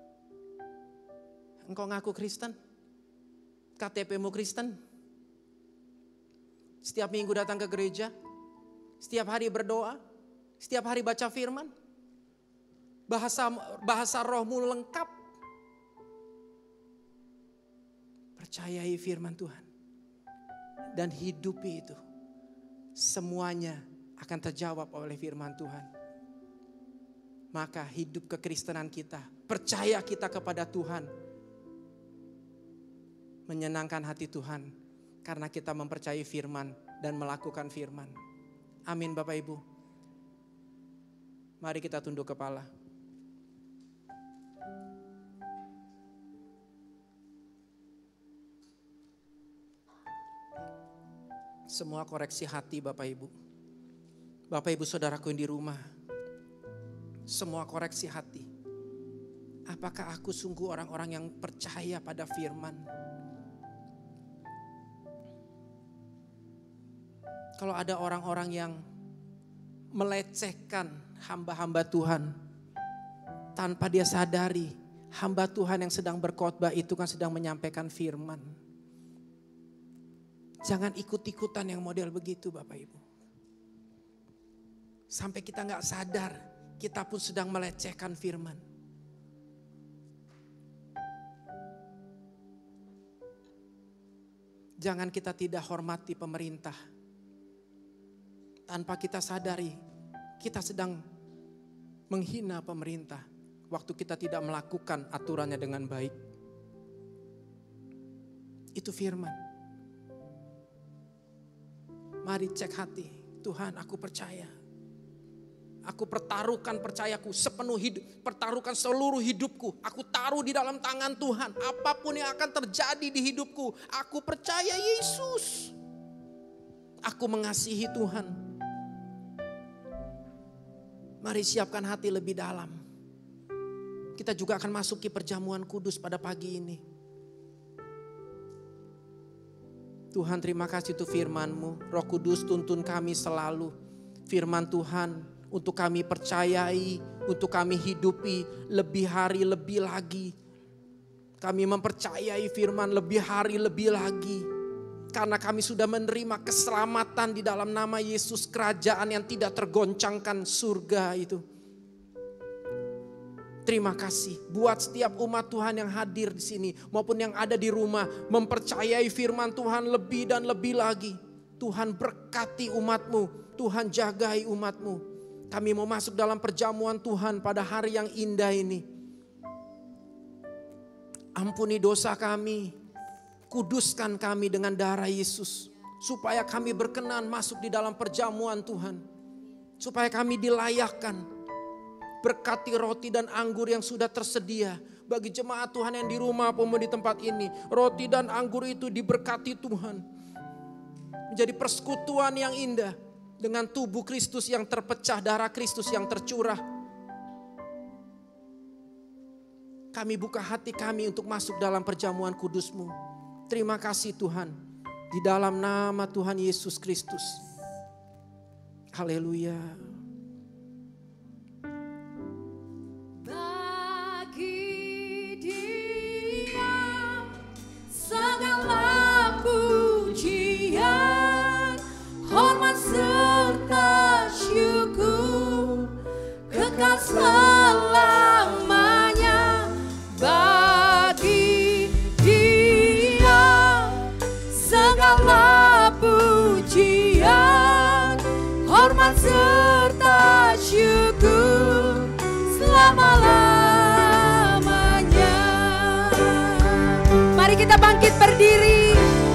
Engkau ngaku Kristen? K T P-mu Kristen? Setiap minggu datang ke gereja? Setiap hari berdoa? Setiap hari baca firman? Bahasa bahasa rohmu lengkap? Percayai firman Tuhan. Dan hidupi itu. Semuanya akan terjawab oleh firman Tuhan. Maka hidup kekristenan kita, percaya kita kepada Tuhan, menyenangkan hati Tuhan karena kita mempercayai firman dan melakukan firman. Amin Bapak Ibu. Mari kita tunduk kepala. Semua koreksi hati Bapak Ibu. Bapak Ibu Saudaraku yang di rumah. Semua koreksi hati. Apakah aku sungguh orang-orang yang percaya pada firman? Kalau ada orang-orang yang melecehkan hamba-hamba Tuhan tanpa dia sadari, hamba Tuhan yang sedang berkhotbah itu kan sedang menyampaikan firman. Jangan ikut-ikutan yang model begitu Bapak Ibu. Sampai kita gak sadar, kita pun sedang melecehkan firman. Jangan kita tidak hormati pemerintah. Tanpa kita sadari, kita sedang menghina pemerintah. Waktu kita tidak melakukan aturannya dengan baik. Itu firman. Mari cek hati. Tuhan, aku percaya. Aku pertaruhkan percayaku sepenuh hidup. Pertaruhkan seluruh hidupku. Aku taruh di dalam tangan Tuhan. Apapun yang akan terjadi di hidupku. Aku percaya Yesus. Aku mengasihi Tuhan. Mari siapkan hati lebih dalam. Kita juga akan masuki perjamuan kudus pada pagi ini. Tuhan terima kasih untuk firman-Mu. Roh Kudus tuntun kami selalu. firman Tuhan untuk kami percayai, untuk kami hidupi lebih hari lebih lagi. Kami mempercayai firman lebih hari lebih lagi. Karena kami sudah menerima keselamatan di dalam nama Yesus, kerajaan yang tidak tergoncangkan, surga itu. Terima kasih buat setiap umat Tuhan yang hadir di sini maupun yang ada di rumah, mempercayai firman Tuhan lebih dan lebih lagi. Tuhan berkati umat-Mu, Tuhan jagai umat-Mu. Kami mau masuk dalam perjamuan Tuhan pada hari yang indah ini. Ampuni dosa kami. Kuduskan kami dengan darah Yesus. Supaya kami berkenan masuk di dalam perjamuan Tuhan. Supaya kami dilayakkan. Berkati roti dan anggur yang sudah tersedia. Bagi jemaat Tuhan yang di rumah maupun di tempat ini. Roti dan anggur itu diberkati Tuhan. Menjadi persekutuan yang indah. Dengan tubuh Kristus yang terpecah, darah Kristus yang tercurah. Kami buka hati kami untuk masuk dalam perjamuan kudus-Mu. Terima kasih Tuhan, di dalam nama Tuhan Yesus Kristus. Haleluya. Bagi Dia segala pujian, hormat serta syukur, kekal selamanya. Bagi Dia segala pujian, hormat serta syukur selama-lamanya. Mari kita bangkit berdiri.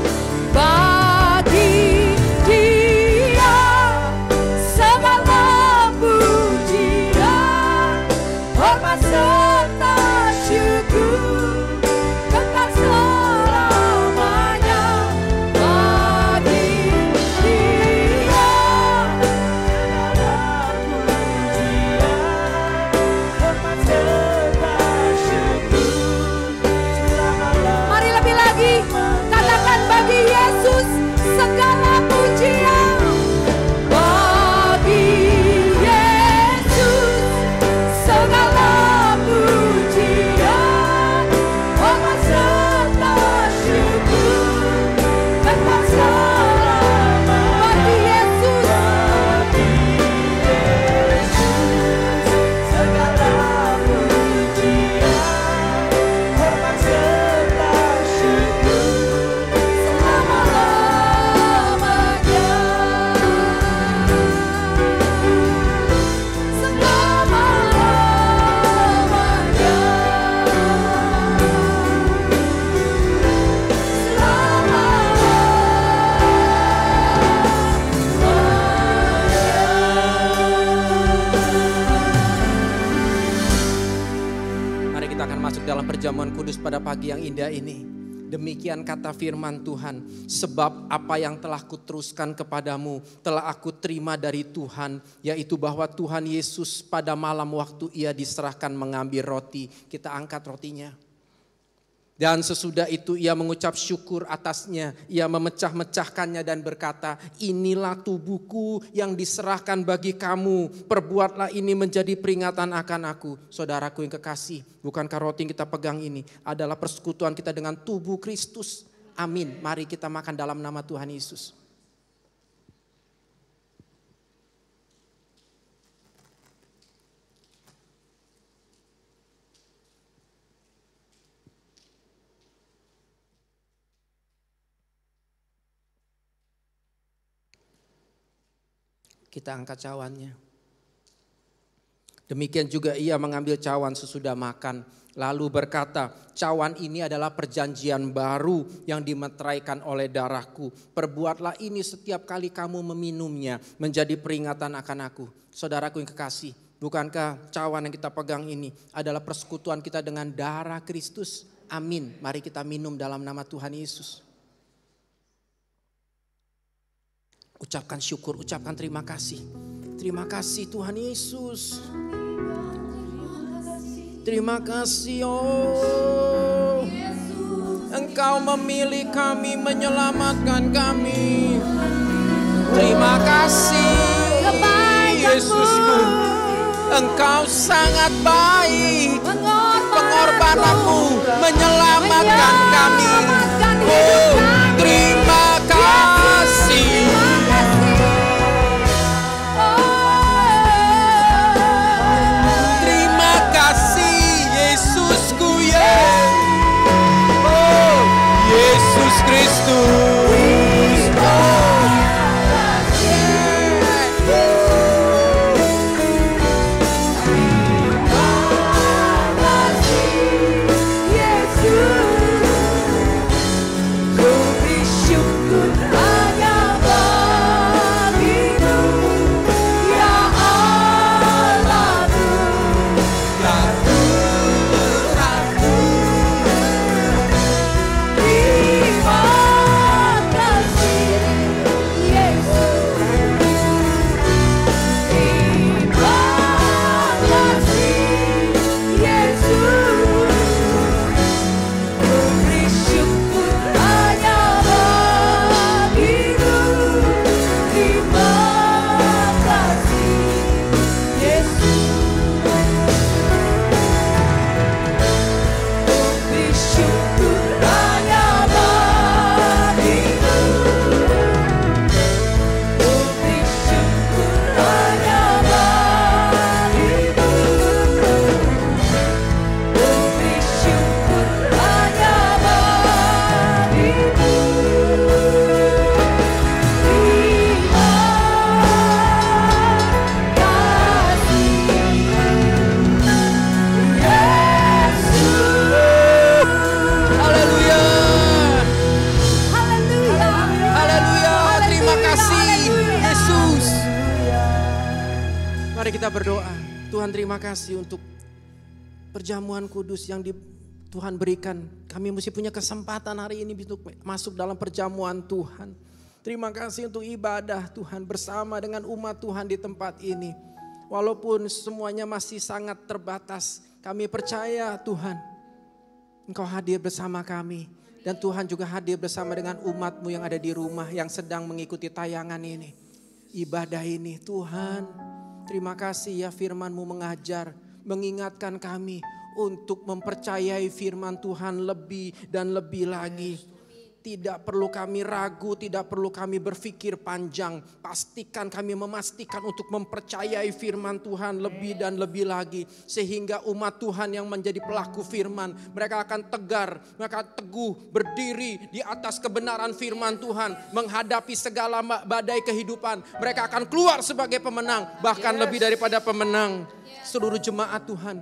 Bagi Dia segala pujian, hormat serta syukur, kekal selamanya. Bagi Dia segala pujian, hormat serta syukur selama-lamanya. Mari lebih lagi katakan bagi Yesus segala pujian. Bagi Yesus segala pujian, hormat serta syukur, kekal selamanya. Bagi Yesus, Bagi Yesus segala pujian, hormat serta syukur selama-lamanya. Mari kita akan masuk dalam perjamuan kudus pada pagi yang indah ini. Demikian kata firman Tuhan, sebab apa yang telah kuteruskan kepadamu telah aku terima dari Tuhan, yaitu bahwa Tuhan Yesus pada malam waktu ia diserahkan mengambil roti. Kita angkat rotinya. Dan sesudah itu ia mengucap syukur atasnya, ia memecah-mecahkannya dan berkata, inilah tubuhku yang diserahkan bagi kamu, perbuatlah ini menjadi peringatan akan aku. Saudaraku yang kekasih, bukankah roti yang kita pegang ini adalah persekutuan kita dengan tubuh Kristus? Amin. Mari kita makan dalam nama Tuhan Yesus. Kita angkat cawannya. Demikian juga ia mengambil cawan sesudah makan. Lalu berkata, cawan ini adalah perjanjian baru yang dimeteraikan oleh darahku. Perbuatlah ini setiap kali kamu meminumnya menjadi peringatan akan aku. Saudaraku yang kekasih, bukankah cawan yang kita pegang ini adalah persekutuan kita dengan darah Kristus? Amin. Mari kita minum dalam nama Tuhan Yesus. Ucapkan syukur, ucapkan terima kasih. Terima kasih Tuhan Yesus. Terima kasih oh. Engkau memilih kami, menyelamatkan kami. Terima kasih. Yesusku, Engkau sangat baik. Pengorbananmu menyelamatkan kami. Oh, terima kasih. Terima kasih Yesusku ya. Oh, Yesus Kristus. Oh. Mari kita berdoa. Tuhan, terima kasih untuk perjamuan kudus yang di, Tuhan berikan. Kami mesti punya kesempatan hari ini untuk masuk dalam perjamuan Tuhan. Terima kasih untuk ibadah Tuhan bersama dengan umat Tuhan di tempat ini. Walaupun semuanya masih sangat terbatas, kami percaya Tuhan, Engkau hadir bersama kami. Dan Tuhan juga hadir bersama dengan umat-Mu yang ada di rumah yang sedang mengikuti tayangan ini. Ibadah ini Tuhan. Terima kasih ya firman-Mu mengajar, mengingatkan kami untuk mempercayai firman Tuhan lebih dan lebih lagi. Tidak perlu kami ragu, tidak perlu kami berpikir panjang. Pastikan kami memastikan untuk mempercayai firman Tuhan lebih dan lebih lagi. Sehingga umat Tuhan yang menjadi pelaku firman, mereka akan tegar, mereka teguh, berdiri di atas kebenaran firman Tuhan. Menghadapi segala badai kehidupan, mereka akan keluar sebagai pemenang. Bahkan yes. lebih daripada pemenang. Seluruh jemaat Tuhan,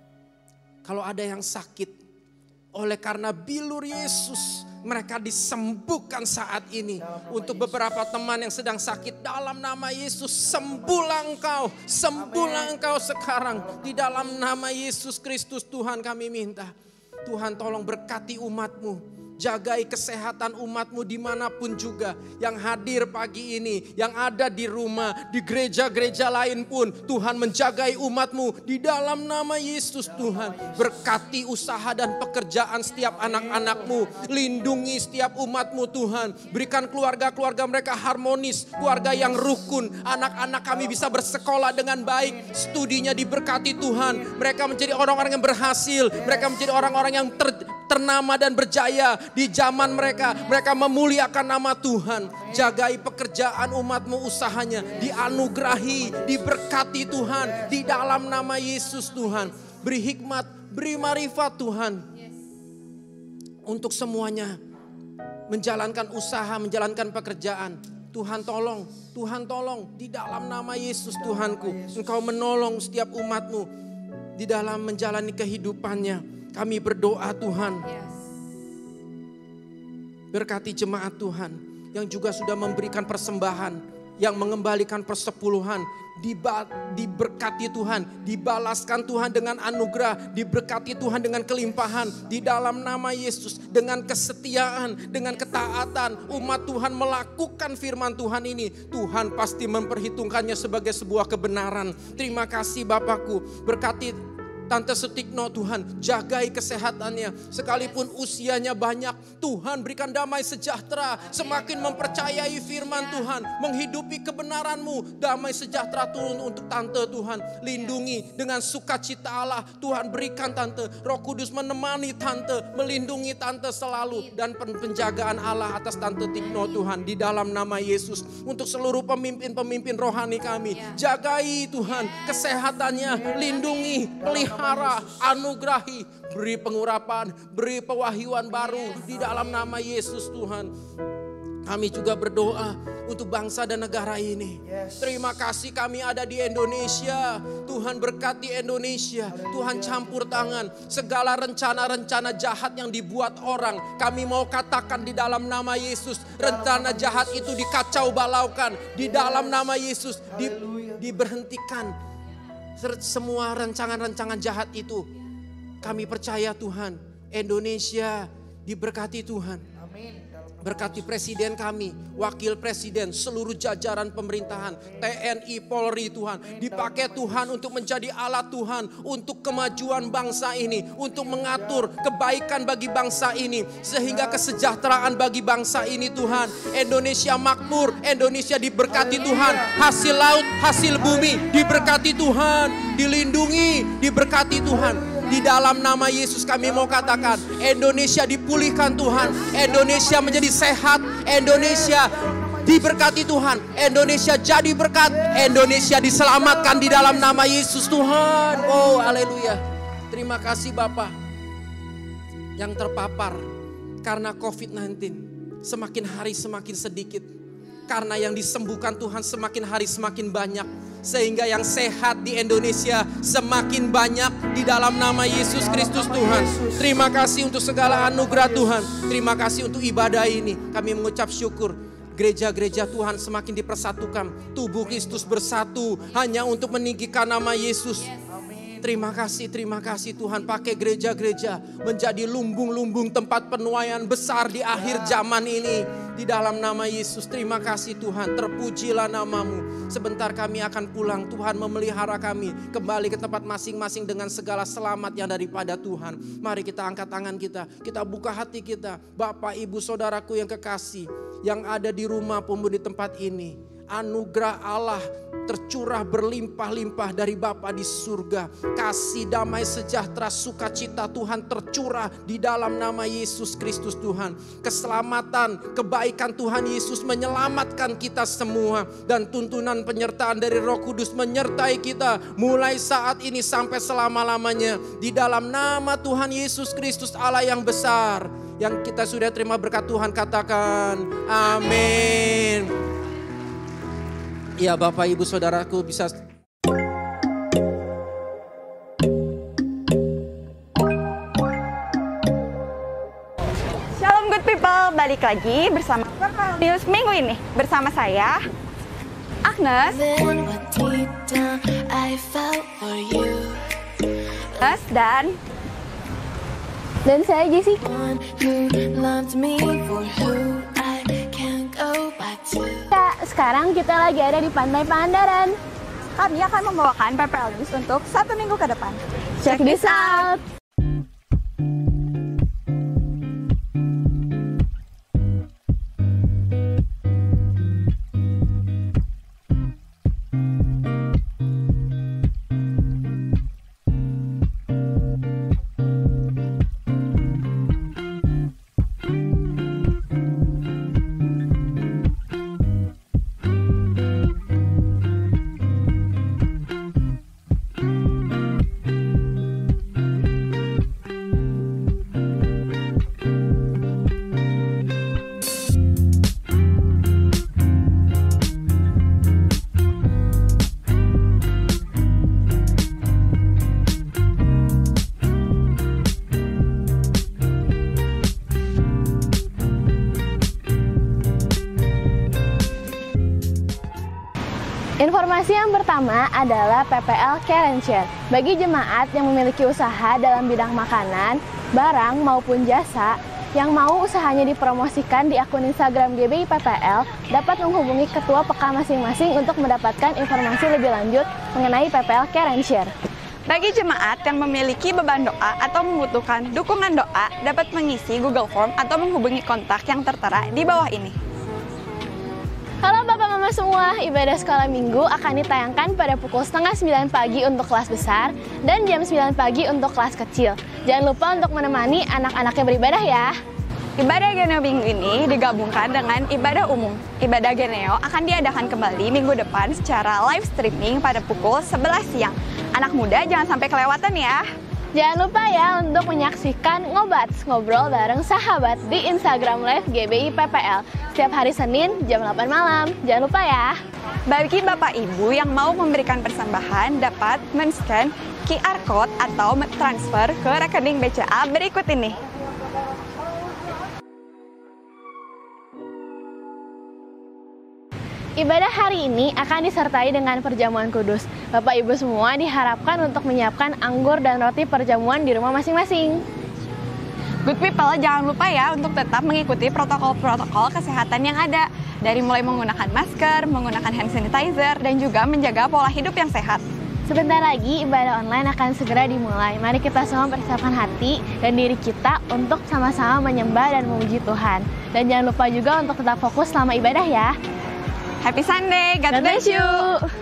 kalau ada yang sakit, oleh karena bilur Yesus, mereka disembuhkan saat ini. Untuk beberapa teman yang sedang sakit, dalam nama Yesus sembuhlah engkau. Sembuhlah engkau sekarang. Di dalam nama Yesus Kristus Tuhan kami minta. Tuhan tolong berkati umat-Mu. Jagai kesehatan umat-Mu dimanapun juga. Yang hadir pagi ini, yang ada di rumah, di gereja-gereja lain pun. Tuhan menjagai umat-Mu di dalam nama Yesus Tuhan. Berkati usaha dan pekerjaan setiap anak-anak-Mu. Lindungi setiap umat-Mu Tuhan. Berikan keluarga-keluarga mereka harmonis. Keluarga yang rukun. Anak-anak kami bisa bersekolah dengan baik. Studinya diberkati Tuhan. Mereka menjadi orang-orang yang berhasil. Mereka menjadi orang-orang yang ter ternama dan berjaya di zaman mereka. Mereka memuliakan nama Tuhan. Jagai pekerjaan umat-Mu, usahanya dianugerahi, diberkati Tuhan di dalam nama Yesus Tuhan. Beri hikmat, beri marifat Tuhan untuk semuanya menjalankan usaha, menjalankan pekerjaan. Tuhan tolong, Tuhan tolong di dalam nama Yesus Tuhanku. Engkau menolong setiap umat-Mu di dalam menjalani kehidupannya. Kami berdoa Tuhan, berkati jemaat Tuhan yang juga sudah memberikan persembahan, yang mengembalikan persepuluhan, diberkati Tuhan, dibalaskan Tuhan dengan anugerah, diberkati Tuhan dengan kelimpahan di dalam nama Yesus. Dengan kesetiaan, dengan ketaatan umat Tuhan melakukan firman Tuhan ini, Tuhan pasti memperhitungkannya sebagai sebuah kebenaran. Terima kasih Bapakku, berkati Tante Sutikno Tuhan, jagai kesehatannya. Sekalipun usianya banyak, Tuhan berikan damai sejahtera. Semakin mempercayai firman Tuhan, menghidupi kebenaran-Mu. Damai sejahtera turun untuk Tante Tuhan. Lindungi dengan sukacita Allah. Tuhan berikan Tante, Roh Kudus menemani Tante, melindungi Tante selalu. Dan penjagaan Allah atas Tante Tikno Tuhan, di dalam nama Yesus. Untuk seluruh pemimpin-pemimpin rohani kami, jagai Tuhan kesehatannya, lindungi, pelihara, anugerahi, beri pengurapan, beri pewahyuan baru di dalam nama Yesus Tuhan. Kami juga berdoa untuk bangsa dan negara ini. Terima kasih kami ada di Indonesia. Tuhan berkati Indonesia. Tuhan campur tangan. Segala rencana-rencana jahat yang dibuat orang, kami mau katakan di dalam nama Yesus. Rencana jahat itu dikacau balaukan. Di dalam nama Yesus di, diberhentikan. Semua rancangan-rancangan jahat itu. Kami percaya Tuhan, Indonesia diberkati Tuhan. Berkati presiden kami, wakil presiden, seluruh jajaran pemerintahan, T N I, Polri Tuhan. Dipakai Tuhan untuk menjadi alat Tuhan, untuk kemajuan bangsa ini, untuk mengatur kebaikan bagi bangsa ini, sehingga kesejahteraan bagi bangsa ini Tuhan. Indonesia makmur, Indonesia diberkati Tuhan. Hasil laut, hasil bumi, diberkati Tuhan. Dilindungi, diberkati Tuhan. Di dalam nama Yesus kami mau katakan, Indonesia dipulihkan Tuhan. Indonesia menjadi sehat. Indonesia diberkati Tuhan. Indonesia jadi berkat. Indonesia diselamatkan di dalam nama Yesus Tuhan. Oh haleluya. Terima kasih Bapak. Yang terpapar karena covid sembilan belas semakin hari semakin sedikit. Karena yang disembuhkan Tuhan semakin hari semakin banyak. Sehingga yang sehat di Indonesia semakin banyak di dalam nama Yesus Kristus Tuhan. Terima kasih untuk segala anugerah Tuhan. Terima kasih untuk ibadah ini. Kami mengucap syukur. Gereja-gereja Tuhan semakin dipersatukan. Tubuh Kristus bersatu hanya untuk meninggikan nama Yesus. Terima kasih, terima kasih Tuhan. Pakai gereja-gereja menjadi lumbung-lumbung tempat penuaian besar di akhir zaman ini. Di dalam nama Yesus, terima kasih Tuhan. Terpujilah namamu. Sebentar kami akan pulang. Tuhan memelihara kami kembali ke tempat masing-masing dengan segala selamat yang daripada Tuhan. Mari kita angkat tangan kita. Kita buka hati kita. Bapak, Ibu, Saudaraku yang kekasih. Yang ada di rumah pun di tempat ini. Anugerah Allah tercurah berlimpah-limpah dari Bapa di surga. Kasih, damai, sejahtera, sukacita Tuhan tercurah di dalam nama Yesus Kristus Tuhan. Keselamatan, kebaikan Tuhan Yesus menyelamatkan kita semua. Dan tuntunan penyertaan dari Roh Kudus menyertai kita mulai saat ini sampai selama-lamanya. Di dalam nama Tuhan Yesus Kristus Allah yang besar. Yang kita sudah terima berkat Tuhan katakan amin. Ya Bapak Ibu Saudaraku bisa. Shalom good people, balik lagi bersama News minggu ini. Bersama saya, Agnes, dan Dan saya Jessica. Ya, sekarang kita lagi ada di Pantai Pangandaran. Kami akan membawakan P P L News untuk satu minggu ke depan. Check this out! Informasi yang pertama adalah P P L Care and Share. Bagi jemaat yang memiliki usaha dalam bidang makanan, barang maupun jasa yang mau usahanya dipromosikan di akun Instagram G B I P P L dapat menghubungi ketua P K masing-masing untuk mendapatkan informasi lebih lanjut mengenai P P L Care and Share. Bagi jemaat yang memiliki beban doa atau membutuhkan dukungan doa, dapat mengisi Google Form atau menghubungi kontak yang tertera di bawah ini. Halo Bapak Mama semua, ibadah sekolah minggu akan ditayangkan pada pukul setengah sembilan pagi untuk kelas besar dan jam sembilan pagi untuk kelas kecil. Jangan lupa untuk menemani anak-anaknya beribadah ya. Ibadah Geneo minggu ini digabungkan dengan ibadah umum. Ibadah Geneo akan diadakan kembali minggu depan secara live streaming pada pukul sebelas siang. Anak muda jangan sampai kelewatan ya. Jangan lupa ya untuk menyaksikan Ngobats, ngobrol bareng sahabat di Instagram Live G B I P P L setiap hari Senin jam delapan malam. Jangan lupa ya. Bagi Bapak Ibu yang mau memberikan persembahan dapat men-scan Q R code atau transfer ke rekening B C A berikut ini. Ibadah hari ini akan disertai dengan perjamuan kudus. Bapak Ibu semua diharapkan untuk menyiapkan anggur dan roti perjamuan di rumah masing-masing. Good people, jangan lupa ya untuk tetap mengikuti protokol-protokol kesehatan yang ada. Dari mulai menggunakan masker, menggunakan hand sanitizer, dan juga menjaga pola hidup yang sehat. Sebentar lagi ibadah online akan segera dimulai. Mari kita semua persiapkan hati dan diri kita untuk sama-sama menyembah dan memuji Tuhan. Dan jangan lupa juga untuk tetap fokus selama ibadah ya. Happy Sunday, God, God bless you.